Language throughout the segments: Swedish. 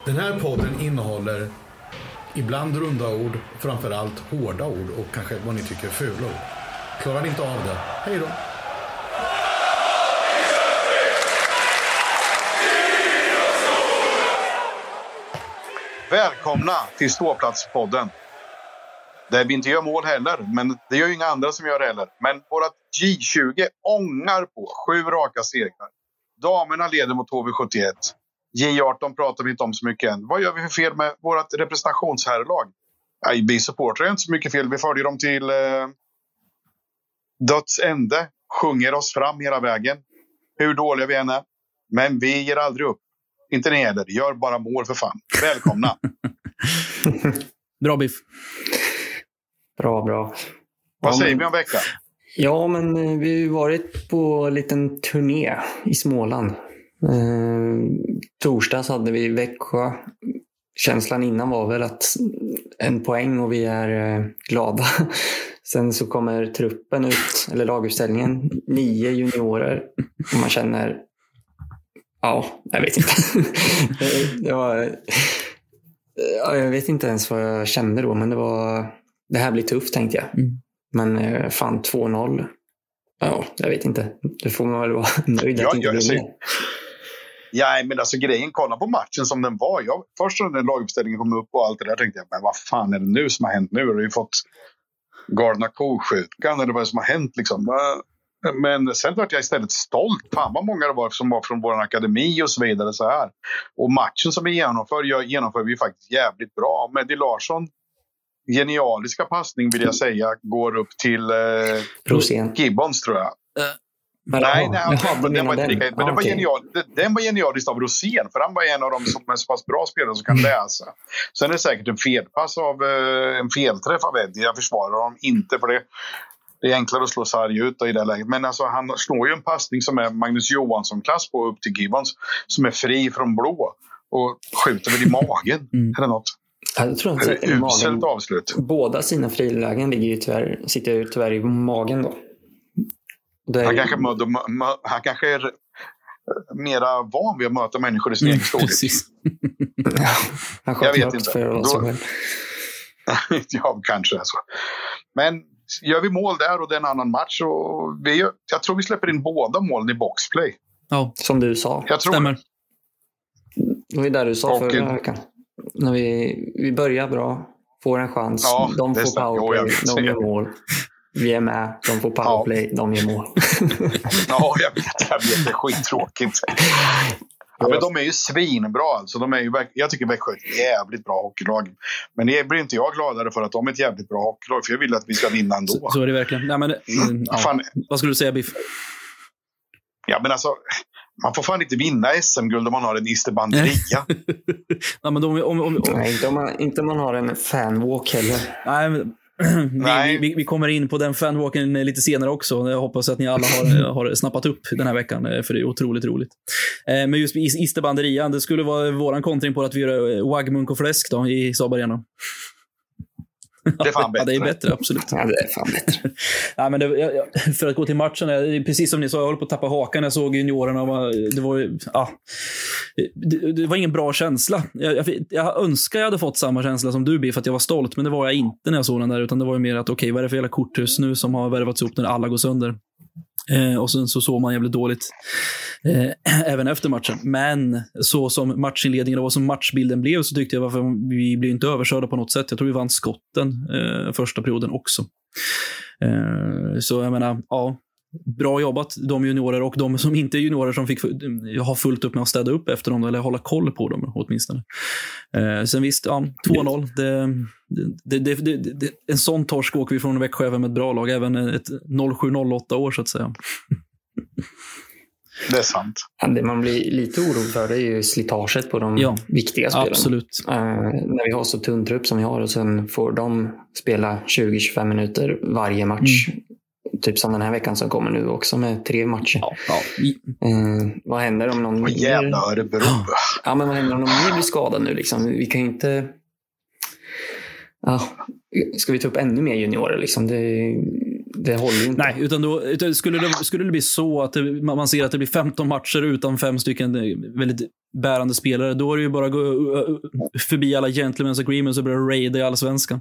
Den här podden innehåller ibland runda ord, framförallt hårda ord och kanske vad ni tycker är fula ord. Klarar ni inte av det? Hej då! Välkomna till Ståplatspodden. Där vi inte gör mål heller, men det gör ju inga andra som gör heller. Men vårat J20 ångar på 7 raka segrar. Damerna leder mot HV71. J18 pratar vi inte om så mycket än. Vad gör vi för fel med vårt representationsherrlag? Vi supportrar inte så mycket fel. Vi följer dem till dödsände. Sjunger oss fram hela vägen. Hur dåliga vi än är. Men vi ger aldrig upp. Inte ni heller. Gör bara mål för fan. Välkomna. Bra Biff. Bra. Vad säger vi om veckan? Ja, men vi har varit på en liten turné i Småland. Torsdags hade vi Växjö. Känslan innan var väl att en poäng och vi är glada. Sen så kommer truppen ut, eller lagutställningen, 9 juniorer. Och man känner, ja, jag vet inte. Jag vet inte ens vad jag kände då, men det här blir tufft tänkte jag. Men fan 2-0. Ja, jag vet inte. Det får man väl vara nöjd att inte bli med. Ja, men alltså grejen, kolla på matchen som den var. Först när den laguppställningen kom upp och allt det där tänkte jag, men vad fan är det nu som har hänt nu? Har vi fått galna kosjukan eller vad är det som har hänt liksom? Men sen var jag istället stolt. Fan vad många det var som var från vår akademi och så vidare så här. Och matchen som vi genomför vi faktiskt jävligt bra. Meddy Larsson, genialiska passning vill jag säga, går upp till Gibbons tror jag. Nej, den var inte lika. Men den var genialisk av Rosén. För han var en av de som är så pass bra spelare som kan läsa. Sen är det säkert en felpass av en felträff av Eddie. Jag försvarar honom inte för det är enklare att slå sarg ut i det läget. Men alltså, han slår ju en passning som är Magnus Johansson-klass på upp till Gibbons. Som är fri från blå. Och skjuter väl i magen. Eller något. Jag tror att det är uselt avslut. Båda sina frilägen sitter ju tyvärr i magen då. Han kanske är mera van vid att möta människor i sin egen storlek. Jag vet inte. Ja, kanske så. Men gör vi mål där och det är en annan match. Och jag tror vi släpper in båda målen i boxplay. Ja, som du sa. Jag tror stämmer. Det var där du sa förra veckan. När vi börjar bra, får en chans, ja, de får powerplay, de gör mål. Vi är med, de får powerplay, de gör mål. Ja, jag vet, det är skittråkigt. Ja, men de är ju svinbra alltså. Jag tycker Växjö är ett jävligt bra hockeylag. Men det blir inte jag gladare för att de är ett jävligt bra hockeylag. För jag vill att vi ska vinna ändå. Så är det verkligen. Nej, men, vad skulle du säga, Biff? Ja, men alltså, man får fan inte vinna SM-guld om man har en isterbanderia. Ja, men Nej, inte om man har en fanwalk heller. Nej, men vi kommer in på den fanwalken lite senare också. Jag hoppas att ni alla har snappat upp den här veckan, för det är otroligt roligt. Men just isterbanderian, det skulle vara våran kontring på att vi gör Wagmunk och fläsk då, i Saab Arena. Det är fan bättre. Ja, det är bättre, absolut. Ja, det är fan bättre. Ja, men för att gå till matchen, precis som ni sa, jag håller på att tappa hakan. Jag såg juniorerna, det var ingen bra känsla. Jag önskar jag hade fått samma känsla som du, för att jag var stolt, men det var jag inte när jag såg den där, utan det var ju mer att okej, vad är det för jävla korthus nu som har värvats upp när alla går sönder? Och sen så såg man jävligt dåligt även efter matchen. Men så som matchinledningen och som matchbilden blev, så tyckte jag varför vi blev inte överkörda på något sätt. Jag tror vi vann skotten första perioden också. Så jag menar, ja, bra jobbat de juniorer och de som inte är juniorer som fick ha fullt upp med att städa upp efter dem, eller hålla koll på dem åtminstone. Sen visst, ja, 2-0 en sån torsk åker vi från Växjö även med ett bra lag, även ett 07-08 år så att säga. Det är sant. Det man blir lite orolig för, det är ju slitaget på de viktiga spelarna. Absolut. När vi har så tunn trupp som vi har, och sen får de spela 20-25 minuter varje match. Typ som den här veckan som kommer nu också med 3 matcher. Vad händer om någon jävla Örebro? Ja, men vad händer om någon mer blir skadad nu liksom? Vi kan ju inte... Ska vi ta upp ännu mer juniorer liksom? Det det håller ju inte. Nej, utan skulle det bli så att man ser att det blir 15 matcher utan 5 stycken väldigt bärande spelare, då är det ju bara att gå förbi alla gentlemen's agreements och börja raida i Allsvenskan.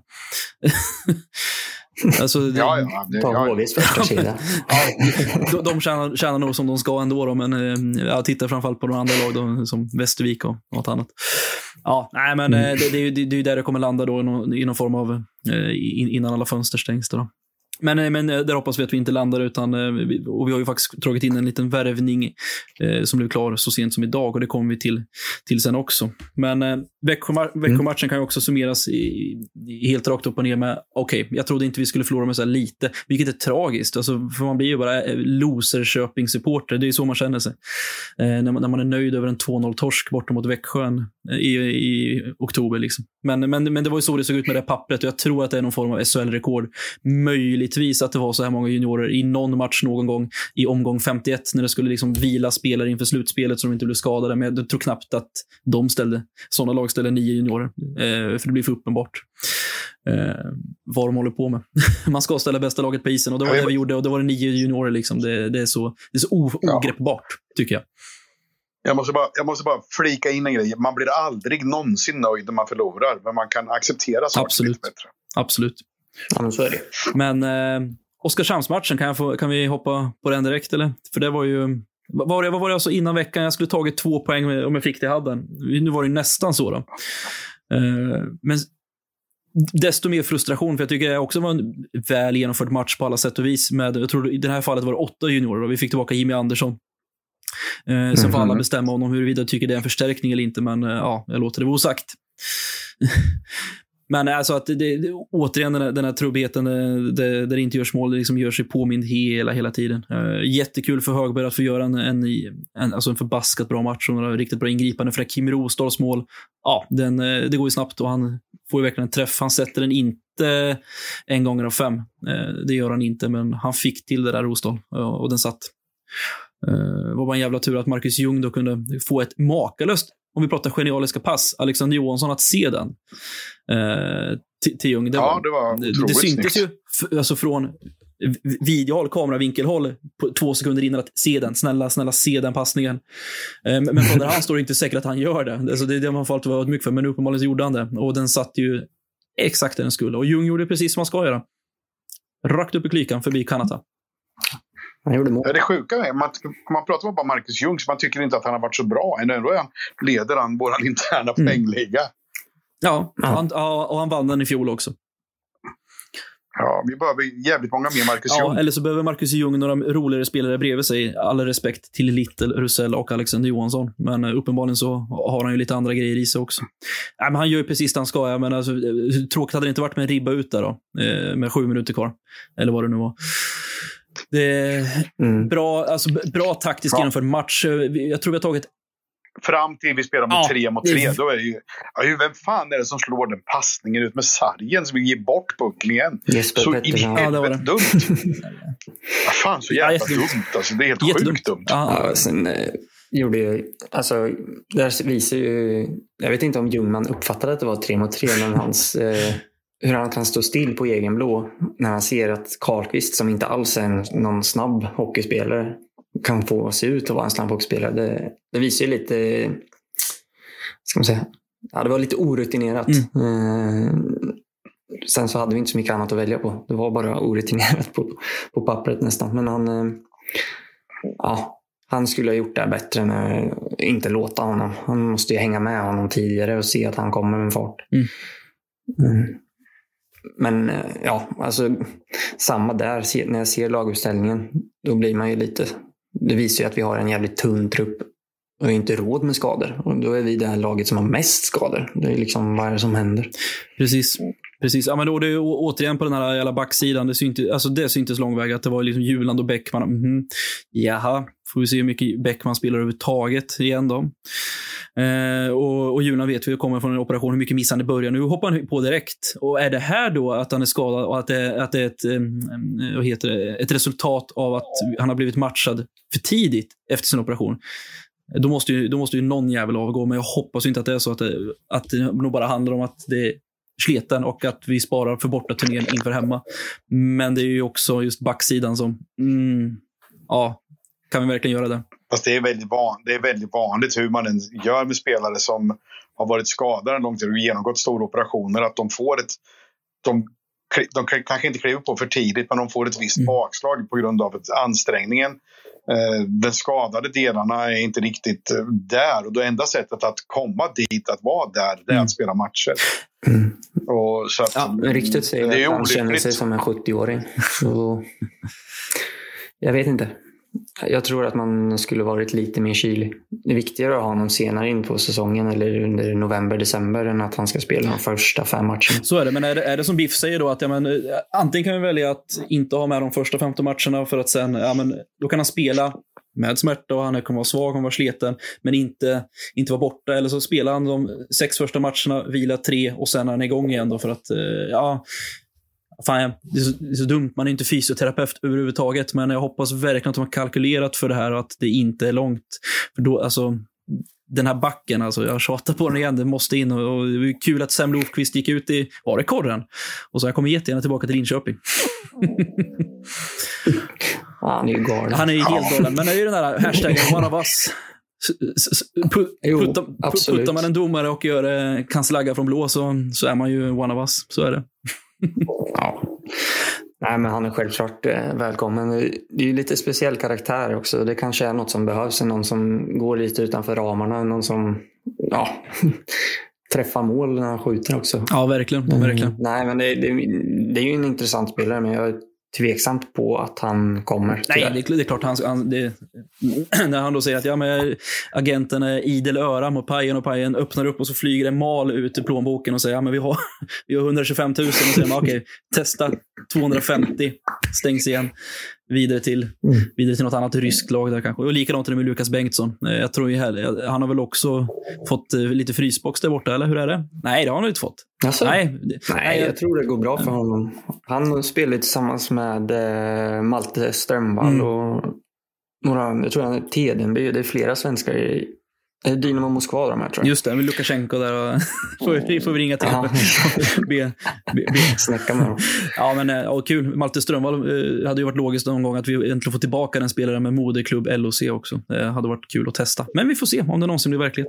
Alltså, HVs första sida. De tjänar nog som de ska ändå då, men jag tittar framförallt på de andra lag då, som Västervik och något annat. Ja, nej, men det är ju där det kommer landa då i någon form av innan alla fönster stängs då. Men där hoppas vi att vi inte landar, utan och vi har ju faktiskt dragit in en liten värvning som blev klar så sent som idag, och det kommer vi till sen också. Men veckomatchen kan ju också summeras helt rakt upp och ner med jag trodde inte vi skulle förlora med så här lite, vilket är tragiskt, alltså, för man blir ju bara loser-Köping-supporter, det är ju så man känner sig när man är nöjd över en 2-0-torsk borta mot Växjön i oktober liksom. Men det var ju så det såg ut med det pappret, och jag tror att det är någon form av SHL-rekord, möjligtvis att det var så här många juniorer i någon match någon gång i omgång 51 när det skulle liksom vila spelare inför slutspelet så de inte blev skadade, men jag tror knappt att sådana lag ställer 9 juniorer, för det blir för uppenbart vad de håller på med. Man ska ställa bästa laget på isen, och det var det vi gjorde, och det var det 9 juniorer liksom. Det är så ogreppbart, tycker jag. Jag måste bara flika in en grej. Man blir aldrig någonsin nöjd när man förlorar, men man kan acceptera saker lite bättre. Absolut. Ja, men så är det. Men Oskarshamnsmatchen, kan vi hoppa på den direkt, eller? För det var ju... Vad var det alltså innan veckan? Jag skulle tagit 2 poäng om jag fick det i hadden. Nu var det nästan så då. Men desto mer frustration, för jag tycker det också var en väl genomförd match på alla sätt och vis. Jag tror i det här fallet var det 8 juniorer, och vi fick tillbaka Jimmy Andersson. Sen får alla bestämma om huruvida tycker det är en förstärkning eller inte, men jag låter det vara osagt. Men alltså att återigen den här trubbheten där det inte görs mål, det liksom gör sig påmind hela tiden. Jättekul för Högberg att få göra en förbaskat bra match och några riktigt bra ingripande för Kim Rosdahls mål. Ja, det går ju snabbt, och han får ju verkligen en träff. Han sätter den inte 1 gånger av 5. Det gör han inte, men han fick till det där Rosdahl, och den satt. Det var bara en jävla tur att Marcus Ljung då kunde få ett makalöst, om vi pratar genialiska pass, Alexander Johansson att se den till Ljung. Det var syntes ju alltså från videohåll, kameravinkelhåll på 2 sekunder innan att se den. Snälla se den passningen. Men från där han står det inte säkert att han gör det. Alltså det man får alltid vara mycket för, men uppenbarligen så gjorde han det. Och den satt ju exakt där den skulle. Och Ljung gjorde precis som man ska göra. Rakt upp i klykan förbi Kanata. Han gjorde mål. Det är sjuka med. Man pratar om bara Marcus Ljung, så man tycker inte att han har varit så bra. Ändå leder han vår interna poängliga. Ja, och han vann den i fjol också. Ja, vi behöver jävligt många mer Marcus Ljung. Ja, eller så behöver Marcus Ljung några roligare spelare bredvid sig. All respekt till Little, Russell och Alexander Johansson. Men uppenbarligen så har han ju lite andra grejer i sig också. Nej, men han gör ju precis det han ska. Ja, men alltså, tråkigt hade det inte varit med en ribba ut där då. Med 7 minuter kvar. Eller vad det nu var. Det är bra taktiskt genomförd match. Jag tror vi har tagit fram till vi spelar mot 3 mot 3. Då är det ju vem fan är det som slår den passningen ut med sargen som vill ge bort pucken igen? Så i helvete dumt. Fan, så jävla dumt. Alltså, det är helt sjukt dumt. Sen gjorde ju, alltså där visar ju, jag vet inte om Ljungman uppfattade att det var 3 mot 3, men hans hur han kan stå still på egen blå när han ser att Karlqvist, som inte alls är någon snabb hockeyspelare, kan få se ut att vara en snabb hockeyspelare. Det visar ju lite, ska man säga, det var lite orutinerat. Sen så hade vi inte så mycket annat att välja på. Det var bara orutinerat på pappret nästan. Men han skulle ha gjort det här bättre än inte låta honom. Han måste ju hänga med honom tidigare och se att han kommer med en fart. Men alltså samma där, när jag ser laguppställningen, då blir man ju lite, det visar ju att vi har en jävligt tunn trupp och inte råd med skador, och då är vi det här laget som har mest skador. Det är liksom vad är det som händer. Precis. Ja, men då det är återigen på den här jävla backsidan, det syntes lång väg att det var liksom Juland och Bäckman. Jaha, får vi se hur mycket Bäckman spelar överhuvudtaget igen då. Och Juland vet vi kommer från en operation, hur mycket missar han i början. Nu hoppar han på direkt. Och är det här då att han är skadad och att det är ett resultat av att han har blivit matchad för tidigt efter sin operation, då måste ju någon jävel avgå. Men jag hoppas inte att det är så att det nog bara handlar om att det sleten och att vi sparar för borta turnén inför hemma. Men det är ju också just backsidan som kan vi verkligen göra det? Fast det är väldigt vanligt hur man gör med spelare som har varit skadade en lång tid och genomgått stora operationer, att de får de kanske inte kliver på för tidigt, men de får ett visst bakslag på grund av ansträngningen. Den skadade delarna är inte riktigt där, och det enda sättet att komma dit, att vara där, det är att spela matcher. Och så att, riktigt säger att han känner sig som en 70-åring. Så jag vet inte. Jag tror att man skulle varit lite mer kylig. Det är viktigare att ha honom senare in på säsongen eller under november-december än att han ska spela de första 5 matcherna. Så är det, men är det som Biff säger då att antingen kan vi välja att inte ha med de första 15 matcherna för att sen, då kan han spela med smärta och han kommer vara svag, han kommer vara sleten, men inte vara borta, eller så spelar han de 6 första matcherna, vila 3 och sen är han igång igen då, för att fan, det är så dumt, man är inte fysioterapeut överhuvudtaget, men jag hoppas verkligen att de har kalkylerat för det här och att det inte är långt, för då, alltså den här backen, alltså jag tjatar på den igen, det måste in, och det var kul att Sam Lofqvist gick ut i, var det Korren? Och så jag kommer jättegärna tillbaka till Linköping. Han är ju galen. Han är ju helt galen, men det är ju den där hashtaggen one of us. Puttar man en domare och kan slagga från blå, så är man ju one of us, så är det. Ja. Nej, men han är självklart välkommen. Det är ju lite speciell karaktär också. Det kanske är något som behövs. Någon som går lite utanför ramarna. Någon som träffar mål när han skjuter också. Ja, verkligen. Nej, men det är ju en intressant spelare, men jag är tveksamt på att han kommer. Nej, det är klart när han då säger att agenten är idel öra och pajen öppnar upp och så flyger en mal ut i plånboken och säger vi har 125 000 och säger okej, testa 250, stängs igen, vidare till något annat ryskt lag där kanske. Och likadant med Lukas Bengtsson. Jag tror ju han har väl också fått lite frysbox där borta, eller hur är det? Nej, det har han inte fått. Alltså? Nej, jag tror det går bra för honom. Han spelar tillsammans med Malte Strömvall och några, jag tror han är Tedenby. Det är flera svenskar i Dynamo Moskva de här, tror jag. Just det, med Lukasjenko där och får vi ringa till. Snäcka med dem. Ja, men kul. Malte Strömvall hade ju varit logiskt någon gång att vi äntligen får tillbaka den spelaren med moderklubb LOC också. Det hade varit kul att testa. Men vi får se om det någonsin blir verklighet.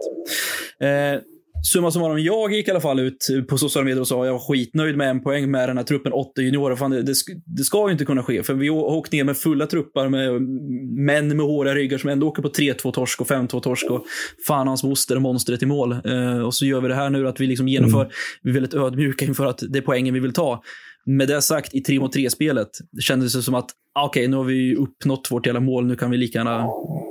Summa summarum, jag gick i alla fall ut på sociala medier och sa att jag var skitnöjd med 1 poäng med den här truppen 8 juniorer. Fan, det ska ju inte kunna ske, för vi har åkt ner med fulla truppar med män med håriga ryggar som ändå åker på 3-2 torsk och 5-2 torsk och fan hans moster och monstret i mål. Och så gör vi det här nu att vi liksom genomför, vi är väldigt ödmjuka inför att det är poängen vi vill ta. Med det sagt, i 3-mot-3-spelet kändes det som att okej, nu har vi uppnått vårt jävla mål, nu kan vi lika gärna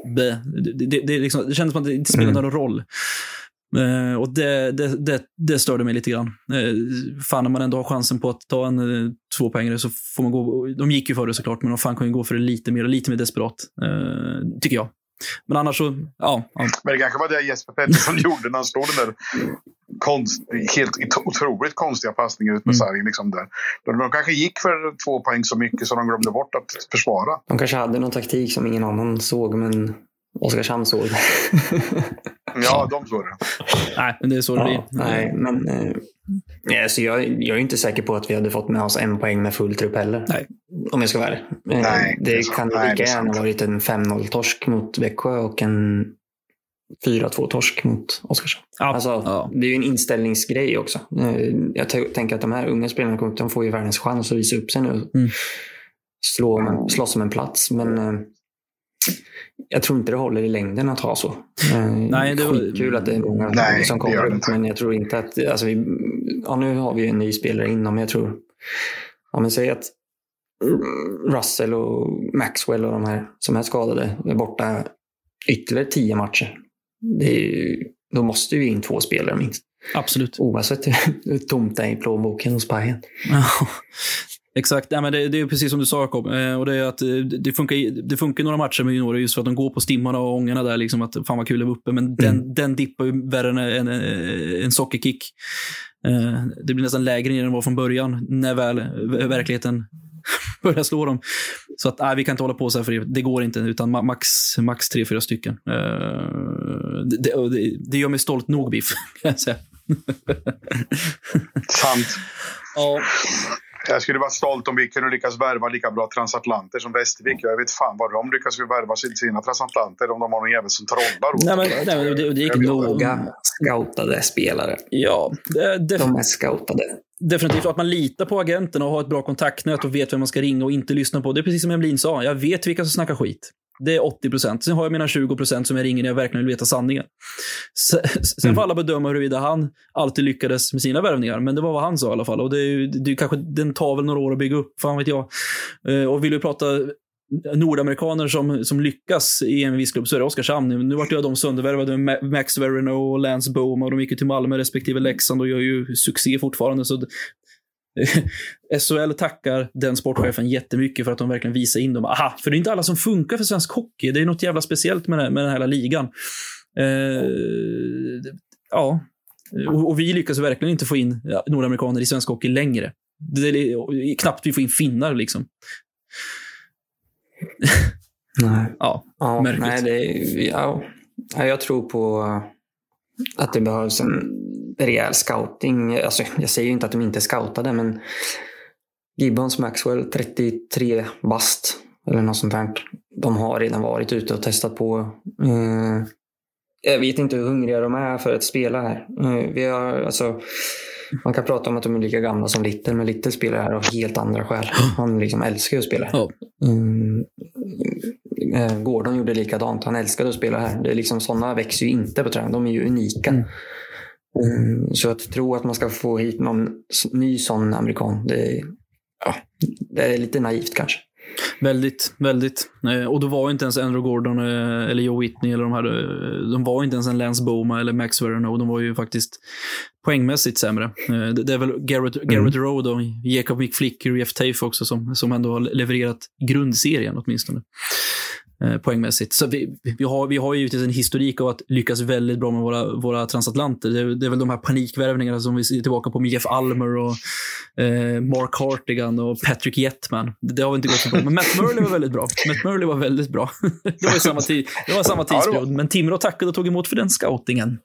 det kändes som att det inte spelar någon roll. Och det störde mig lite grann. Fan, när man ändå har chansen på att ta en 2-poängare så får man gå. De gick ju för det såklart, men de fan kan ju gå för det lite mer desperat, tycker jag. Men annars så, ja. Men det kanske var det Jesper Pettersson gjorde när han slog den där helt otroligt konstiga passningar ut med sargen liksom där. De kanske gick för 2 poäng så mycket så de glömde bort att försvara. De kanske hade någon taktik som ingen annan såg, men Oskarshamn såg det. Ja, de såg det. Nej, men det är så det blir. Nej, men alltså jag är inte säker på att vi hade fått med oss 1 poäng med full trupp heller. Nej. Om jag ska vara ärlig. Det kan lika gärna ha varit en 5-0-torsk mot Växjö och en 4-2-torsk mot Oskarshamn. Ja. Alltså, det är ju en inställningsgrej också. Jag tänker att de här unga spelarna de får ju världens chans att visa upp sig nu. Slåss om en plats, men jag tror inte det håller i längden att ha så. Nej, det var kul att det är många som kommer upp, men jag tror inte att alltså nu har vi en ny spelare inom, jag tror men säg att Russell och Maxwell och de här som är skadade är borta ytterligare 10 matcher. Då måste vi in 2 spelare minst. Absolut. Oavsett hur tomt det är i plånboken hos Pajen. Exakt, men det är precis som du sa, Jakob, och det är att det funkar några matcher med juniorer just för att de går på stimmarna och ångarna där liksom, att fan vad kul det var uppe, men den dippar ju värre än en sockerkick. Det blir nästan lägre än det var från början när väl verkligheten börjar slå dem. Så att vi kan inte hålla på så här, för det går inte, utan max 3-4 stycken. Det gör mig stolt nog, Biff, kan jag säga. Sant. Ja. Jag skulle vara stolt om vi kunde lyckas värva lika bra transatlanter som Västervik. Jag vet fan vad de lyckas värva sina transatlanter om de har någon jävel som trollar. Nej, men det är inte några scoutade spelare. Ja, de är scoutade. Definitivt att man litar på agenterna och har ett bra kontaktnät och vet vem man ska ringa och inte lyssna på. Det är precis som Emlin sa. Jag vet vilka som snackar skit. Det är 80%. Sen har jag mina 20% som jag ringer när jag verkligen vill veta sanningen. Sen får alla bedöma huruvida han alltid lyckades med sina värvningar. Men det var vad han sa i alla fall. Och det är kanske, den tar väl några år att bygga upp. Fan vet jag. Och vill vi prata nordamerikaner som lyckas i en viss klubb så är det Oskarshamn. Nu vart jag de söndervärvade med Max Verino och Lance Bohm. Och de gick ju till Malmö respektive Leksand och gör ju succé fortfarande. Så SHL tackar den sportchefen jättemycket för att de verkligen visar in dem. Aha, för det är inte alla som funkar för svensk hockey. Det är något jävla speciellt med den här hela ligan. Ja. Och vi lyckas verkligen inte få in nordamerikaner i svensk hockey längre. Det är knappt vi får in finnar liksom. Nej. Ja, nej, jag tror på att det behövs en rejäl scouting. Alltså, jag säger ju inte att de inte är scoutade, men Gibbons, Maxwell, 33 bast eller något sånt där. De har redan varit ute och testat på. Jag vet inte hur hungriga de är för att spela här. Man kan prata om att de är lika gamla som Little, men Little spelar här av helt andra skäl. Han liksom älskar att spela här. Gordon gjorde likadant. Han älskade att spela här. Det är liksom, sådana växer ju inte på träning. De är ju unika. Så att tro att man ska få hit någon ny sån amerikan, det är lite naivt kanske. Väldigt, väldigt. Och då var inte ens Andrew Gordon eller Joe Whitney eller de var inte ens en Lance Boma eller Max Verino. De var ju faktiskt poängmässigt sämre. Det är väl Garrett Rowe och Jacob McFlicker och Jeff Tafe också som ändå har levererat grundserien åtminstone. Poängmässigt. Så vi har ju givetvis en historik av att lyckas väldigt bra med våra transatlanter. Det är väl de här panikvärvningarna som vi ser tillbaka på med Jeff Almer och Mark Hartigan och Patrick Jetman. Det har vi inte gått så bra. Men Matt Murley var väldigt bra. Det var samma tidsperiod. Men Timrå tackade och tog emot för den scoutingen.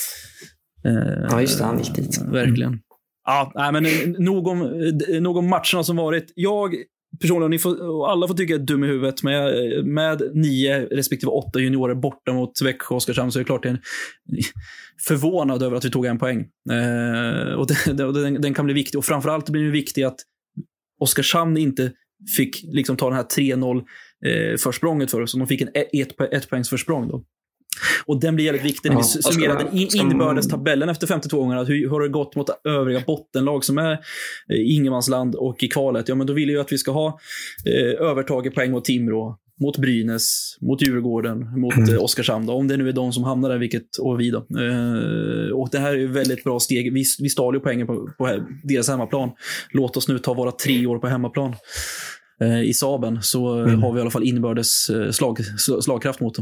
Ja, just det. Han gick dit. Verkligen. Ja, nej, men nog om matcherna som varit. Jag personligen, alla får tycka att dum i huvudet med 9 respektive 8 juniorer borta mot Växjö och Oskarshamn, så är det klart en förvånad över att vi tog en poäng. Och den kan bli viktig. Och framförallt blir det viktigt att Oskarshamn inte fick liksom ta den här 3-0 försprånget för oss. Så de fick en 1 poängs försprång då. Och den blir väldigt viktig när vi summerar den inbördes tabellen efter 52 gånger. Hur har det gått mot övriga bottenlag som är ingenmansland och i kvalet? Ja, men då vill ju att vi ska ha övertag i poäng mot Timrå, mot Brynäs, mot Djurgården, mot Oskarshamn då, om det nu är de som hamnar där, och vi då. Och det här är ju väldigt bra steg. Vi stal ju poängen på deras hemmaplan. Låt oss nu ta våra 3 år på hemmaplan i Saben, så har vi i alla fall inbördes slagkraft mot dem.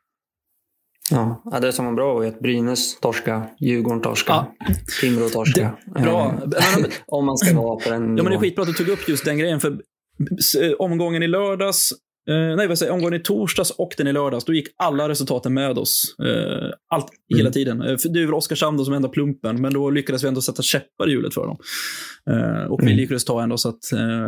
Ja, det som var bra var att Brynäs torska, Djurgården torska, Timrå torska. Bra. Om man ska vara på den. Ja, men det är skitbra att du tog upp just den grejen, för omgången i lördags, omgången i torsdags och den i lördags, då gick alla resultaten med oss. Hela tiden. För det är väl Oskarshamn som enda plumpen, men då lyckades vi ändå sätta käppar i hjulet för dem. Och vi lyckades ta ändå, så att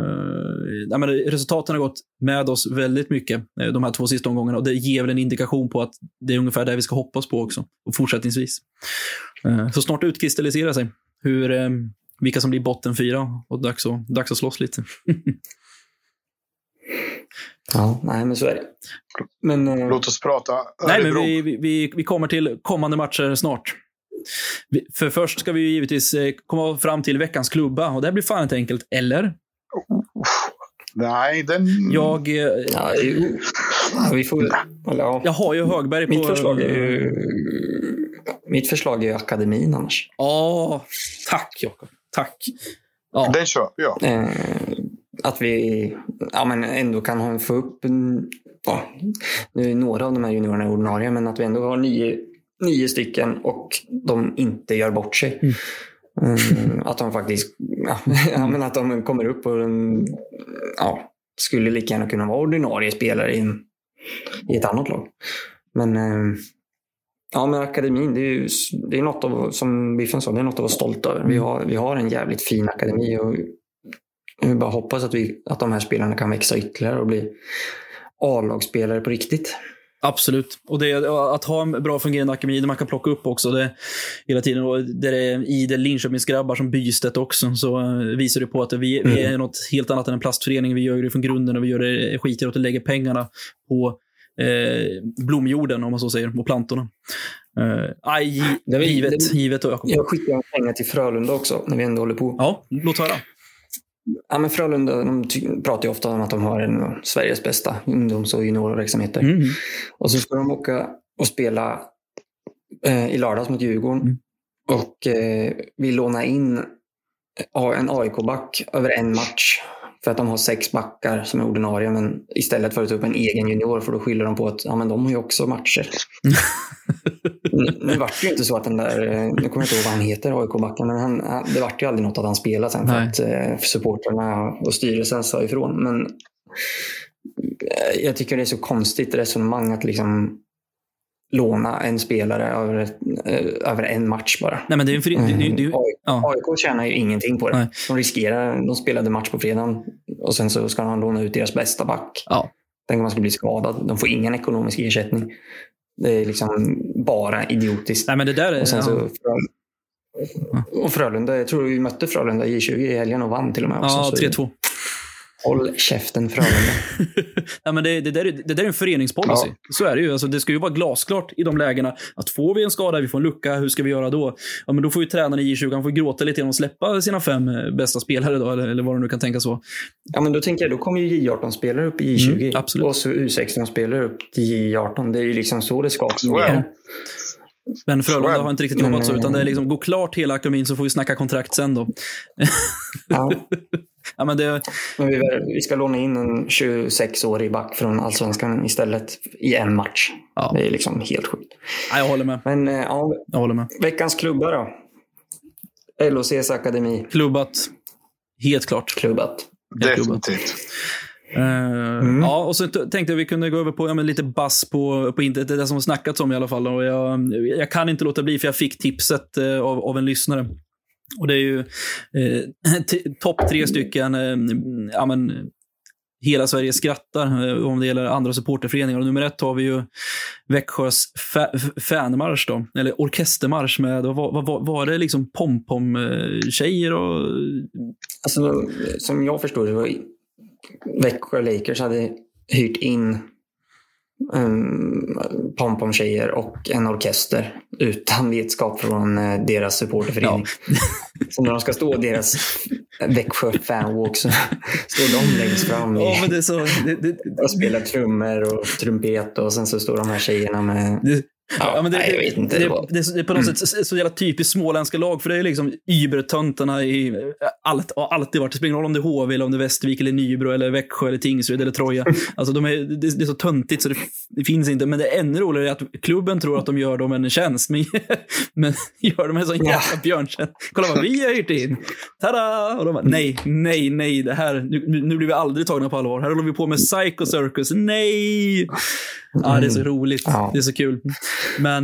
resultaten har gått med oss väldigt mycket de här 2 sista omgångarna, och det ger väl en indikation på att det är ungefär det vi ska hoppas på också, och fortsättningsvis. Så snart utkristalliserar sig vilka som blir botten 4, och dags att slåss lite. Ja, nej, men så är det. Men, låt oss prata. Nej, men vi kommer till kommande matcher snart. För först ska vi givetvis komma fram till veckans klubba, och det blir fan inte enkelt, eller? Nej, vi får. Jag har ju Högberg på. Mitt förslag är ju akademin annars. Tack Jakob. Tack. Ja. Den köper jag. Att vi ändå kan få upp nu är några av de här juniorerna ordinarie, men att vi ändå har 9 stycken och de inte gör bort sig. Att de faktiskt att de kommer upp och skulle lika gärna kunna vara ordinarie spelare i ett annat lag. Men Ja, men akademin, det är något av, som Biffen sa, det är något att vara stolt över. Vi har en jävligt fin akademi och vi bara hoppas att de här spelarna kan växa ytterligare och bli A-lagsspelare på riktigt. Absolut. Och det att ha en bra fungerande akademi där man kan plocka upp också det hela tiden. Och där det är idel Linköpingsgrabbar som Bystedt också, så visar det på att vi är något helt annat än en plastförening. Vi gör det från grunden och vi gör det skiter åt att lägga pengarna på blomjorden, om man så säger, och plantorna. Givet. Jag skickar pengar till Frölunda också när vi ändå håller på. Ja, låt höra. Ja, men Frölunda, de pratar ju ofta om att de har en av Sveriges bästa ungdoms- och juniorverksamheter. Och så ska de åka och spela i lördags mot Djurgården. Och vi lånar in en AIK-back över en match. För att de har 6 backar som är ordinarie, men istället för att ta upp en egen junior, för då skyller de på att men de har ju också matcher. Nu var det ju inte så att den där, nu kommer jag inte ihåg vad han heter, AIK-backen, men det var ju aldrig något att han spelade sen. Nej. För att supporterna och styrelsen sa ifrån. Men jag tycker det är så konstigt resonemang att liksom låna en spelare över en match bara. Nej, men det är AIK tjänar ju ingenting på det. Nej. De spelade match på fredagen och sen så ska de låna ut deras bästa back. Ja. Tänk om man ska bli skadad. De får ingen ekonomisk ersättning. Det är liksom bara idiotiskt. Nej, men det där är... Och sen så och Frölunda, jag tror vi mötte Frölunda i J20 i helgen och vann till och med också. Ja, 3-2. Håll käften Frölunda. Ja, men det där är en föreningspolicy. Ja. Så är det ju. Alltså, det ska ju vara glasklart i de lägena att får vi en skada, vi får en lucka, hur ska vi göra då? Ja, men då får ju tränaren i J20, han får gråta lite genom att släppa sina 5 bästa spelare då, eller vad du nu kan tänka så. Ja, men då tänker jag, då kommer ju J18-spelare upp i J20. Absolut. Och så U16-spelare upp till J18. Det är ju liksom så det ska fungera. Men Frölunda har inte riktigt jobbat så, utan det är liksom, gå klart hela akademin så får vi snacka kontrakt sen då. Ja. Ja, men vi ska låna in en 26-årig back från Allsvenskan istället i en match. Ja. Det är liksom helt sjukt. Ja, jag håller med. Men jag håller med. Veckans klubbar då? LHCs akademi. Klubbat. Helt klart. Klubbat. Definitivt. Ja, och så tänkte jag vi kunde gå över på lite bass på internet, det som har snackats om i alla fall. Och jag kan inte låta bli, för jag fick tipset av en lyssnare. Och det är ju topp 3 stycken hela Sverige skrattar om det gäller andra supporterföreningar. Och nummer 1 har vi ju Växjös fanmarsch då, eller orkestermarsch med, vad var det liksom pom-pom-tjejer och... Alltså, som jag förstår det var Växjö Lakers hade hyrt in pom-pom-tjejer och en orkester utan vetskap från deras supporterförening. Ja. Så när de ska stå deras Växjö fanwalk så står de längst fram men det är så, och spelar trummor och trumpet, och sen så står de här tjejerna med... Ja, men jag vet inte. Det är på något sätt så jävla typiskt småländska lag, för det är liksom Ybertöntarna i allt, och alltid varit. Det spelar ingen roll om det är HV eller om det är Västervik eller Nybro eller Växjö eller Tingsryd eller Troja. Alltså det är så töntigt så det finns inte. Men det är ännu roligare att klubben tror att de gör dem en tjänst, men gör de en sån jävla björntjänst. Kolla vad vi har hyrt in. Tada! Och de bara, nej, det här, nu blir vi aldrig tagna på allvar. Här håller vi på med Psycho Circus. Nej! Ja, det är så roligt. Det är så kul. Men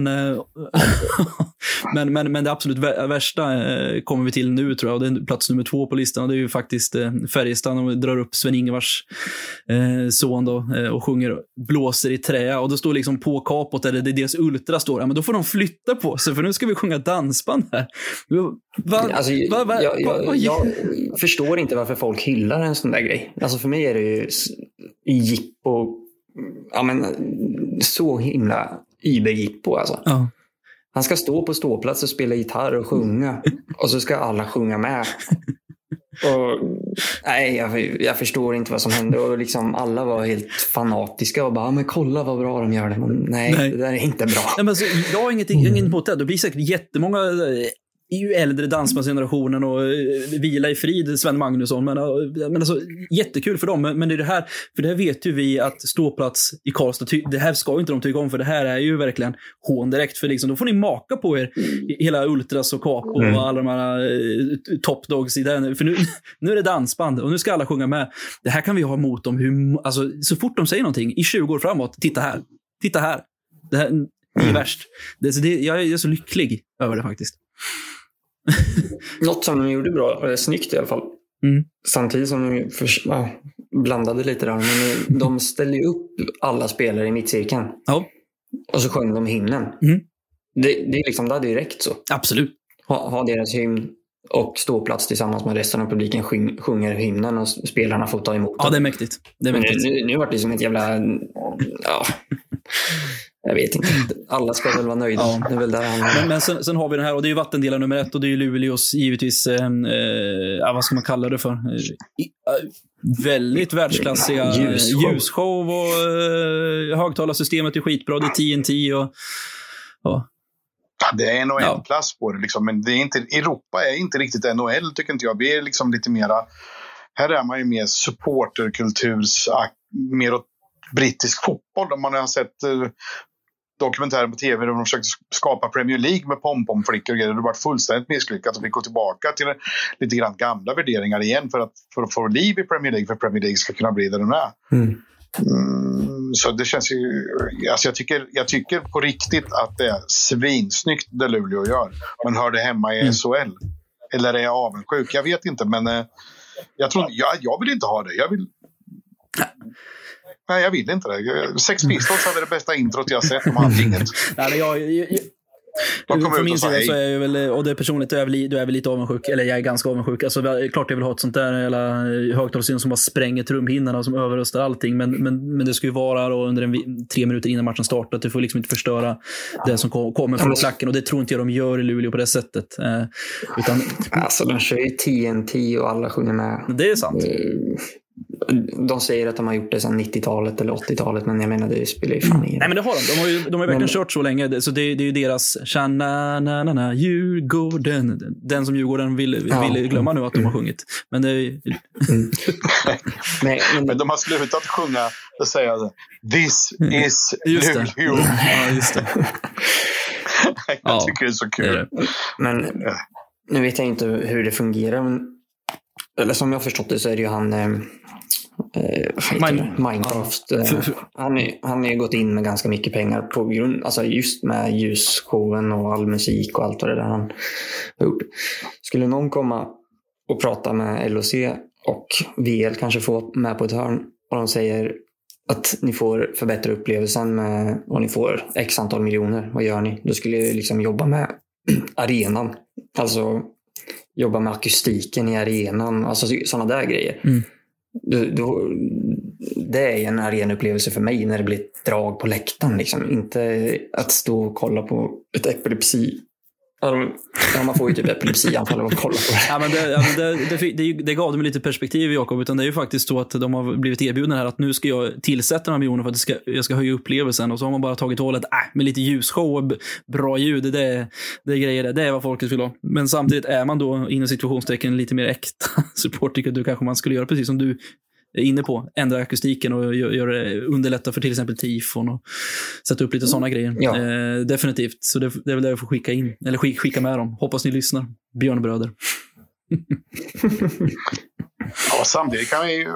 det absolut värsta kommer vi till nu, tror jag. Och det är plats nummer 2 på listan. Och det är ju faktiskt Färjestad. Och drar upp Sven-Ingvars son då, och sjunger Blåser i trä. Och då står liksom på kapot, eller det är deras ultra står. Ja, men då får de flytta på sig, för nu ska vi sjunga dansband här. Jag förstår inte varför folk hyllar en sån där grej. Alltså för mig är det ju jippo. Ja, men så himla Iberjippo alltså. Ja. Han ska stå på ståplats och spela gitarr och sjunga. Och så ska alla sjunga med. Och nej, jag förstår inte vad som hände. Och liksom alla var helt fanatiska och bara, men kolla vad bra de gör det. Men nej. Det där är inte bra. Nej, men alltså, jag har ingenting emot det. Det blir säkert jättemånga ju äldre dansbandsgenerationen och vila i frid Sven Magnusson, men alltså jättekul för dem, men det är det här, för det här vet ju vi att ståplats i Karlstad, det här ska ju inte de tycka om, för det här är ju verkligen hån direkt, för liksom, då får ni maka på er hela Ultras och Capo och alla de här top dogs i den, för nu är det dansband och nu ska alla sjunga med. Det här kan vi ha emot dem, alltså så fort de säger någonting i 20 år framåt, titta här det här, Det är värst. Jag är så lycklig över det faktiskt. Något som de gjorde bra, snyggt i alla fall. Samtidigt som de blandade lite där. Men de ställde ju upp alla spelare i mittcirkeln. Ja. Och så sjöng de hymnen. Det är liksom, det hade ju räckt så. Absolut. Ha deras hymn och ståplats tillsammans med resten av publiken sjunger hymnen och spelarna får ta emot. Ja, det är mäktigt. Nu vart det som ett jävla... Ja, jag vet inte. Alla ska väl vara nöjda. Ja. Det är väl där men sen har vi den här, och det är ju vattendelare nummer 1, och det är ju Luleås givetvis vad ska man kalla det för? Väldigt världsklassiga ljusshow och högtalarsystemet är skitbra. Det är TNT och det är NHL-klass på det liksom, men det är inte, Europa är inte riktigt NHL tycker inte jag. Vi är liksom lite mera, här är man ju mer supporterkulturs, mer åt brittisk fotboll. Om man har sett dokumentärer på tv där de försökte skapa Premier League med pompomflickor och grejer. Det har varit fullständigt misslyckat, och vi går tillbaka till lite grann gamla värderingar igen för att få liv i Premier League, för Premier League ska kunna bli där den är. Så det känns ju, alltså jag tycker på riktigt att det är svinsnyggt det Luleå gör, men hör det hemma i SHL eller är jag avundsjuk? Jag vet inte, men jag vill inte ha det. Nej, jag vill inte det. Sex Pistols hade det bästa introt jag sett, de hade inget. Från min sida så är jag väl, och det är personligt, du är väl lite avundsjuk, eller jag är ganska avundsjuk. Alltså, klart jag vill ha ett sånt där eller högtalarsystem som bara spränger trumhinnorna och som överröstar allting, men det ska ju vara då under 3 minuter innan matchen startar. Du får liksom inte förstöra det som kommer från klacken, och det tror inte jag de gör i Luleå på det sättet. Utan... Alltså de kör ju TNT och alla sjunger med. Det är sant. De säger att de har gjort det sedan 90-talet eller 80-talet, men jag menar det spelar ju fan ingen. Nej, men det har de. De har verkligen kört så länge, så det är ju deras Tjana, Djurgården. Den som Djurgården vill glömma nu att de har sjungit. Men det är... men de har slutat sjunga och säga this is Luleå. Ja, just det. Jag tycker det är så kul. Men nu vet jag inte hur det fungerar, men eller som jag har förstått det så är det ju han Minecraft. Han har ju gått in med ganska mycket pengar på grund, alltså just med ljusshowen och all musik och allt vad det där han har gjort. Skulle någon komma och prata med LOC och VL kanske få med på ett hörn och de säger att ni får förbättra upplevelsen med, och ni får x antal miljoner, vad gör ni? Då skulle jag liksom jobba med arenan, alltså jobba med akustiken i arenan, alltså sådana där grejer. Det är en arenaupplevelse för mig när det blir ett drag på läktaren liksom. Inte att stå och kolla på ett epilepsi. Man får ju typ epilepsianfall av att kolla på det. Ja, men det gav dem lite perspektiv, Jakob, utan det är ju faktiskt så att de har blivit erbjudna här att nu ska jag tillsätta några miljoner för att jag ska höja upplevelsen, och så har man bara tagit hållet med lite ljusshow och bra ljud, det är grejer, det är vad folket vill ha. Men samtidigt är man då inom situationstecken lite mer äkta supporter, kanske man skulle göra precis som du är inne på, ändra akustiken och underlätta för till exempel tifon och sätta upp lite sådana grejer. Ja. Definitivt, så det är väl det jag får skicka in, eller skicka med dem. Hoppas ni lyssnar, Björnbröder. Ja, samtidigt kan vi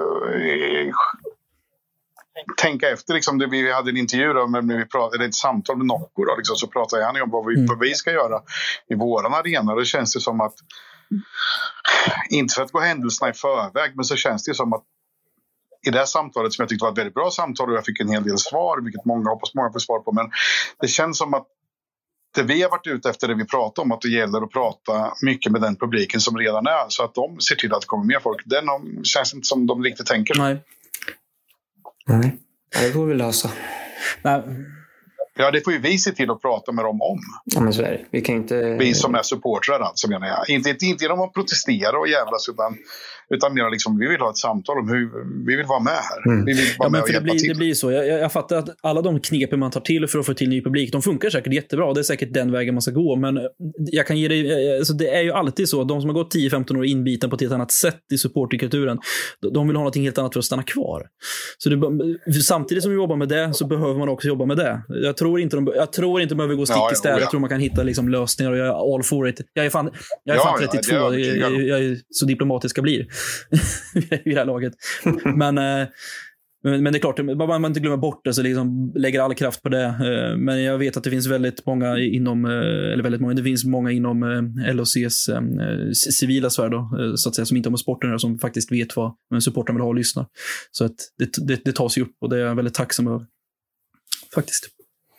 tänka efter liksom, det vi hade en intervju då, när vi pratade, ett samtal med Nocco då, liksom, så pratade han om vad vi ska göra i våran arena. Det känns det som att, inte för att gå händelserna i förväg, men så känns det som att i det här samtalet, som jag tyckte var ett väldigt bra samtal och jag fick en hel del svar, vilket hoppas många får svar på, men det känns som att det vi har varit ute efter, det vi pratar om, att det gäller att prata mycket med den publiken som redan är, så att de ser till att det kommer mer folk. Känns inte som de riktigt tänker. Nej, det får vi lösa. Nej. Ja, det får ju vi se till att prata med dem om. Ja, men så är det. Vi kan inte... Vi som är supportrar, alltså, menar jag. Inte genom att protestera och jävlas, utan mer liksom, vi vill ha ett samtal om hur vi vill vara med här. Vi vill vara med och hjälpa till. Det blir så. Jag fattar att alla de knepen man tar till för att få till ny publik, de funkar säkert jättebra. Det är säkert den vägen man ska gå. Men jag kan ge dig, alltså det är ju alltid så. De som har gått 10-15 år inbiten på ett helt annat sätt i supporterkulturen, de vill ha något helt annat för att stanna kvar. Så samtidigt som vi jobbar med det, så behöver man också jobba med det. Jag tror inte de behöver gå stick i städ. Jag tror man kan hitta liksom lösningar, och jag är all for it. Jag är fan 32. Jag är så diplomatisk jag blir i det här laget. Men Men det är klart, man inte glömmer bort det, så liksom lägger all kraft på det. Men jag vet att det finns väldigt många inom, det finns många inom LHCs civila sfär då, så att säga, som inte har med sporten, som faktiskt vet vad supporten vill ha och lyssna. Så att det tas ju upp, och det är jag väldigt tacksam över. Faktiskt.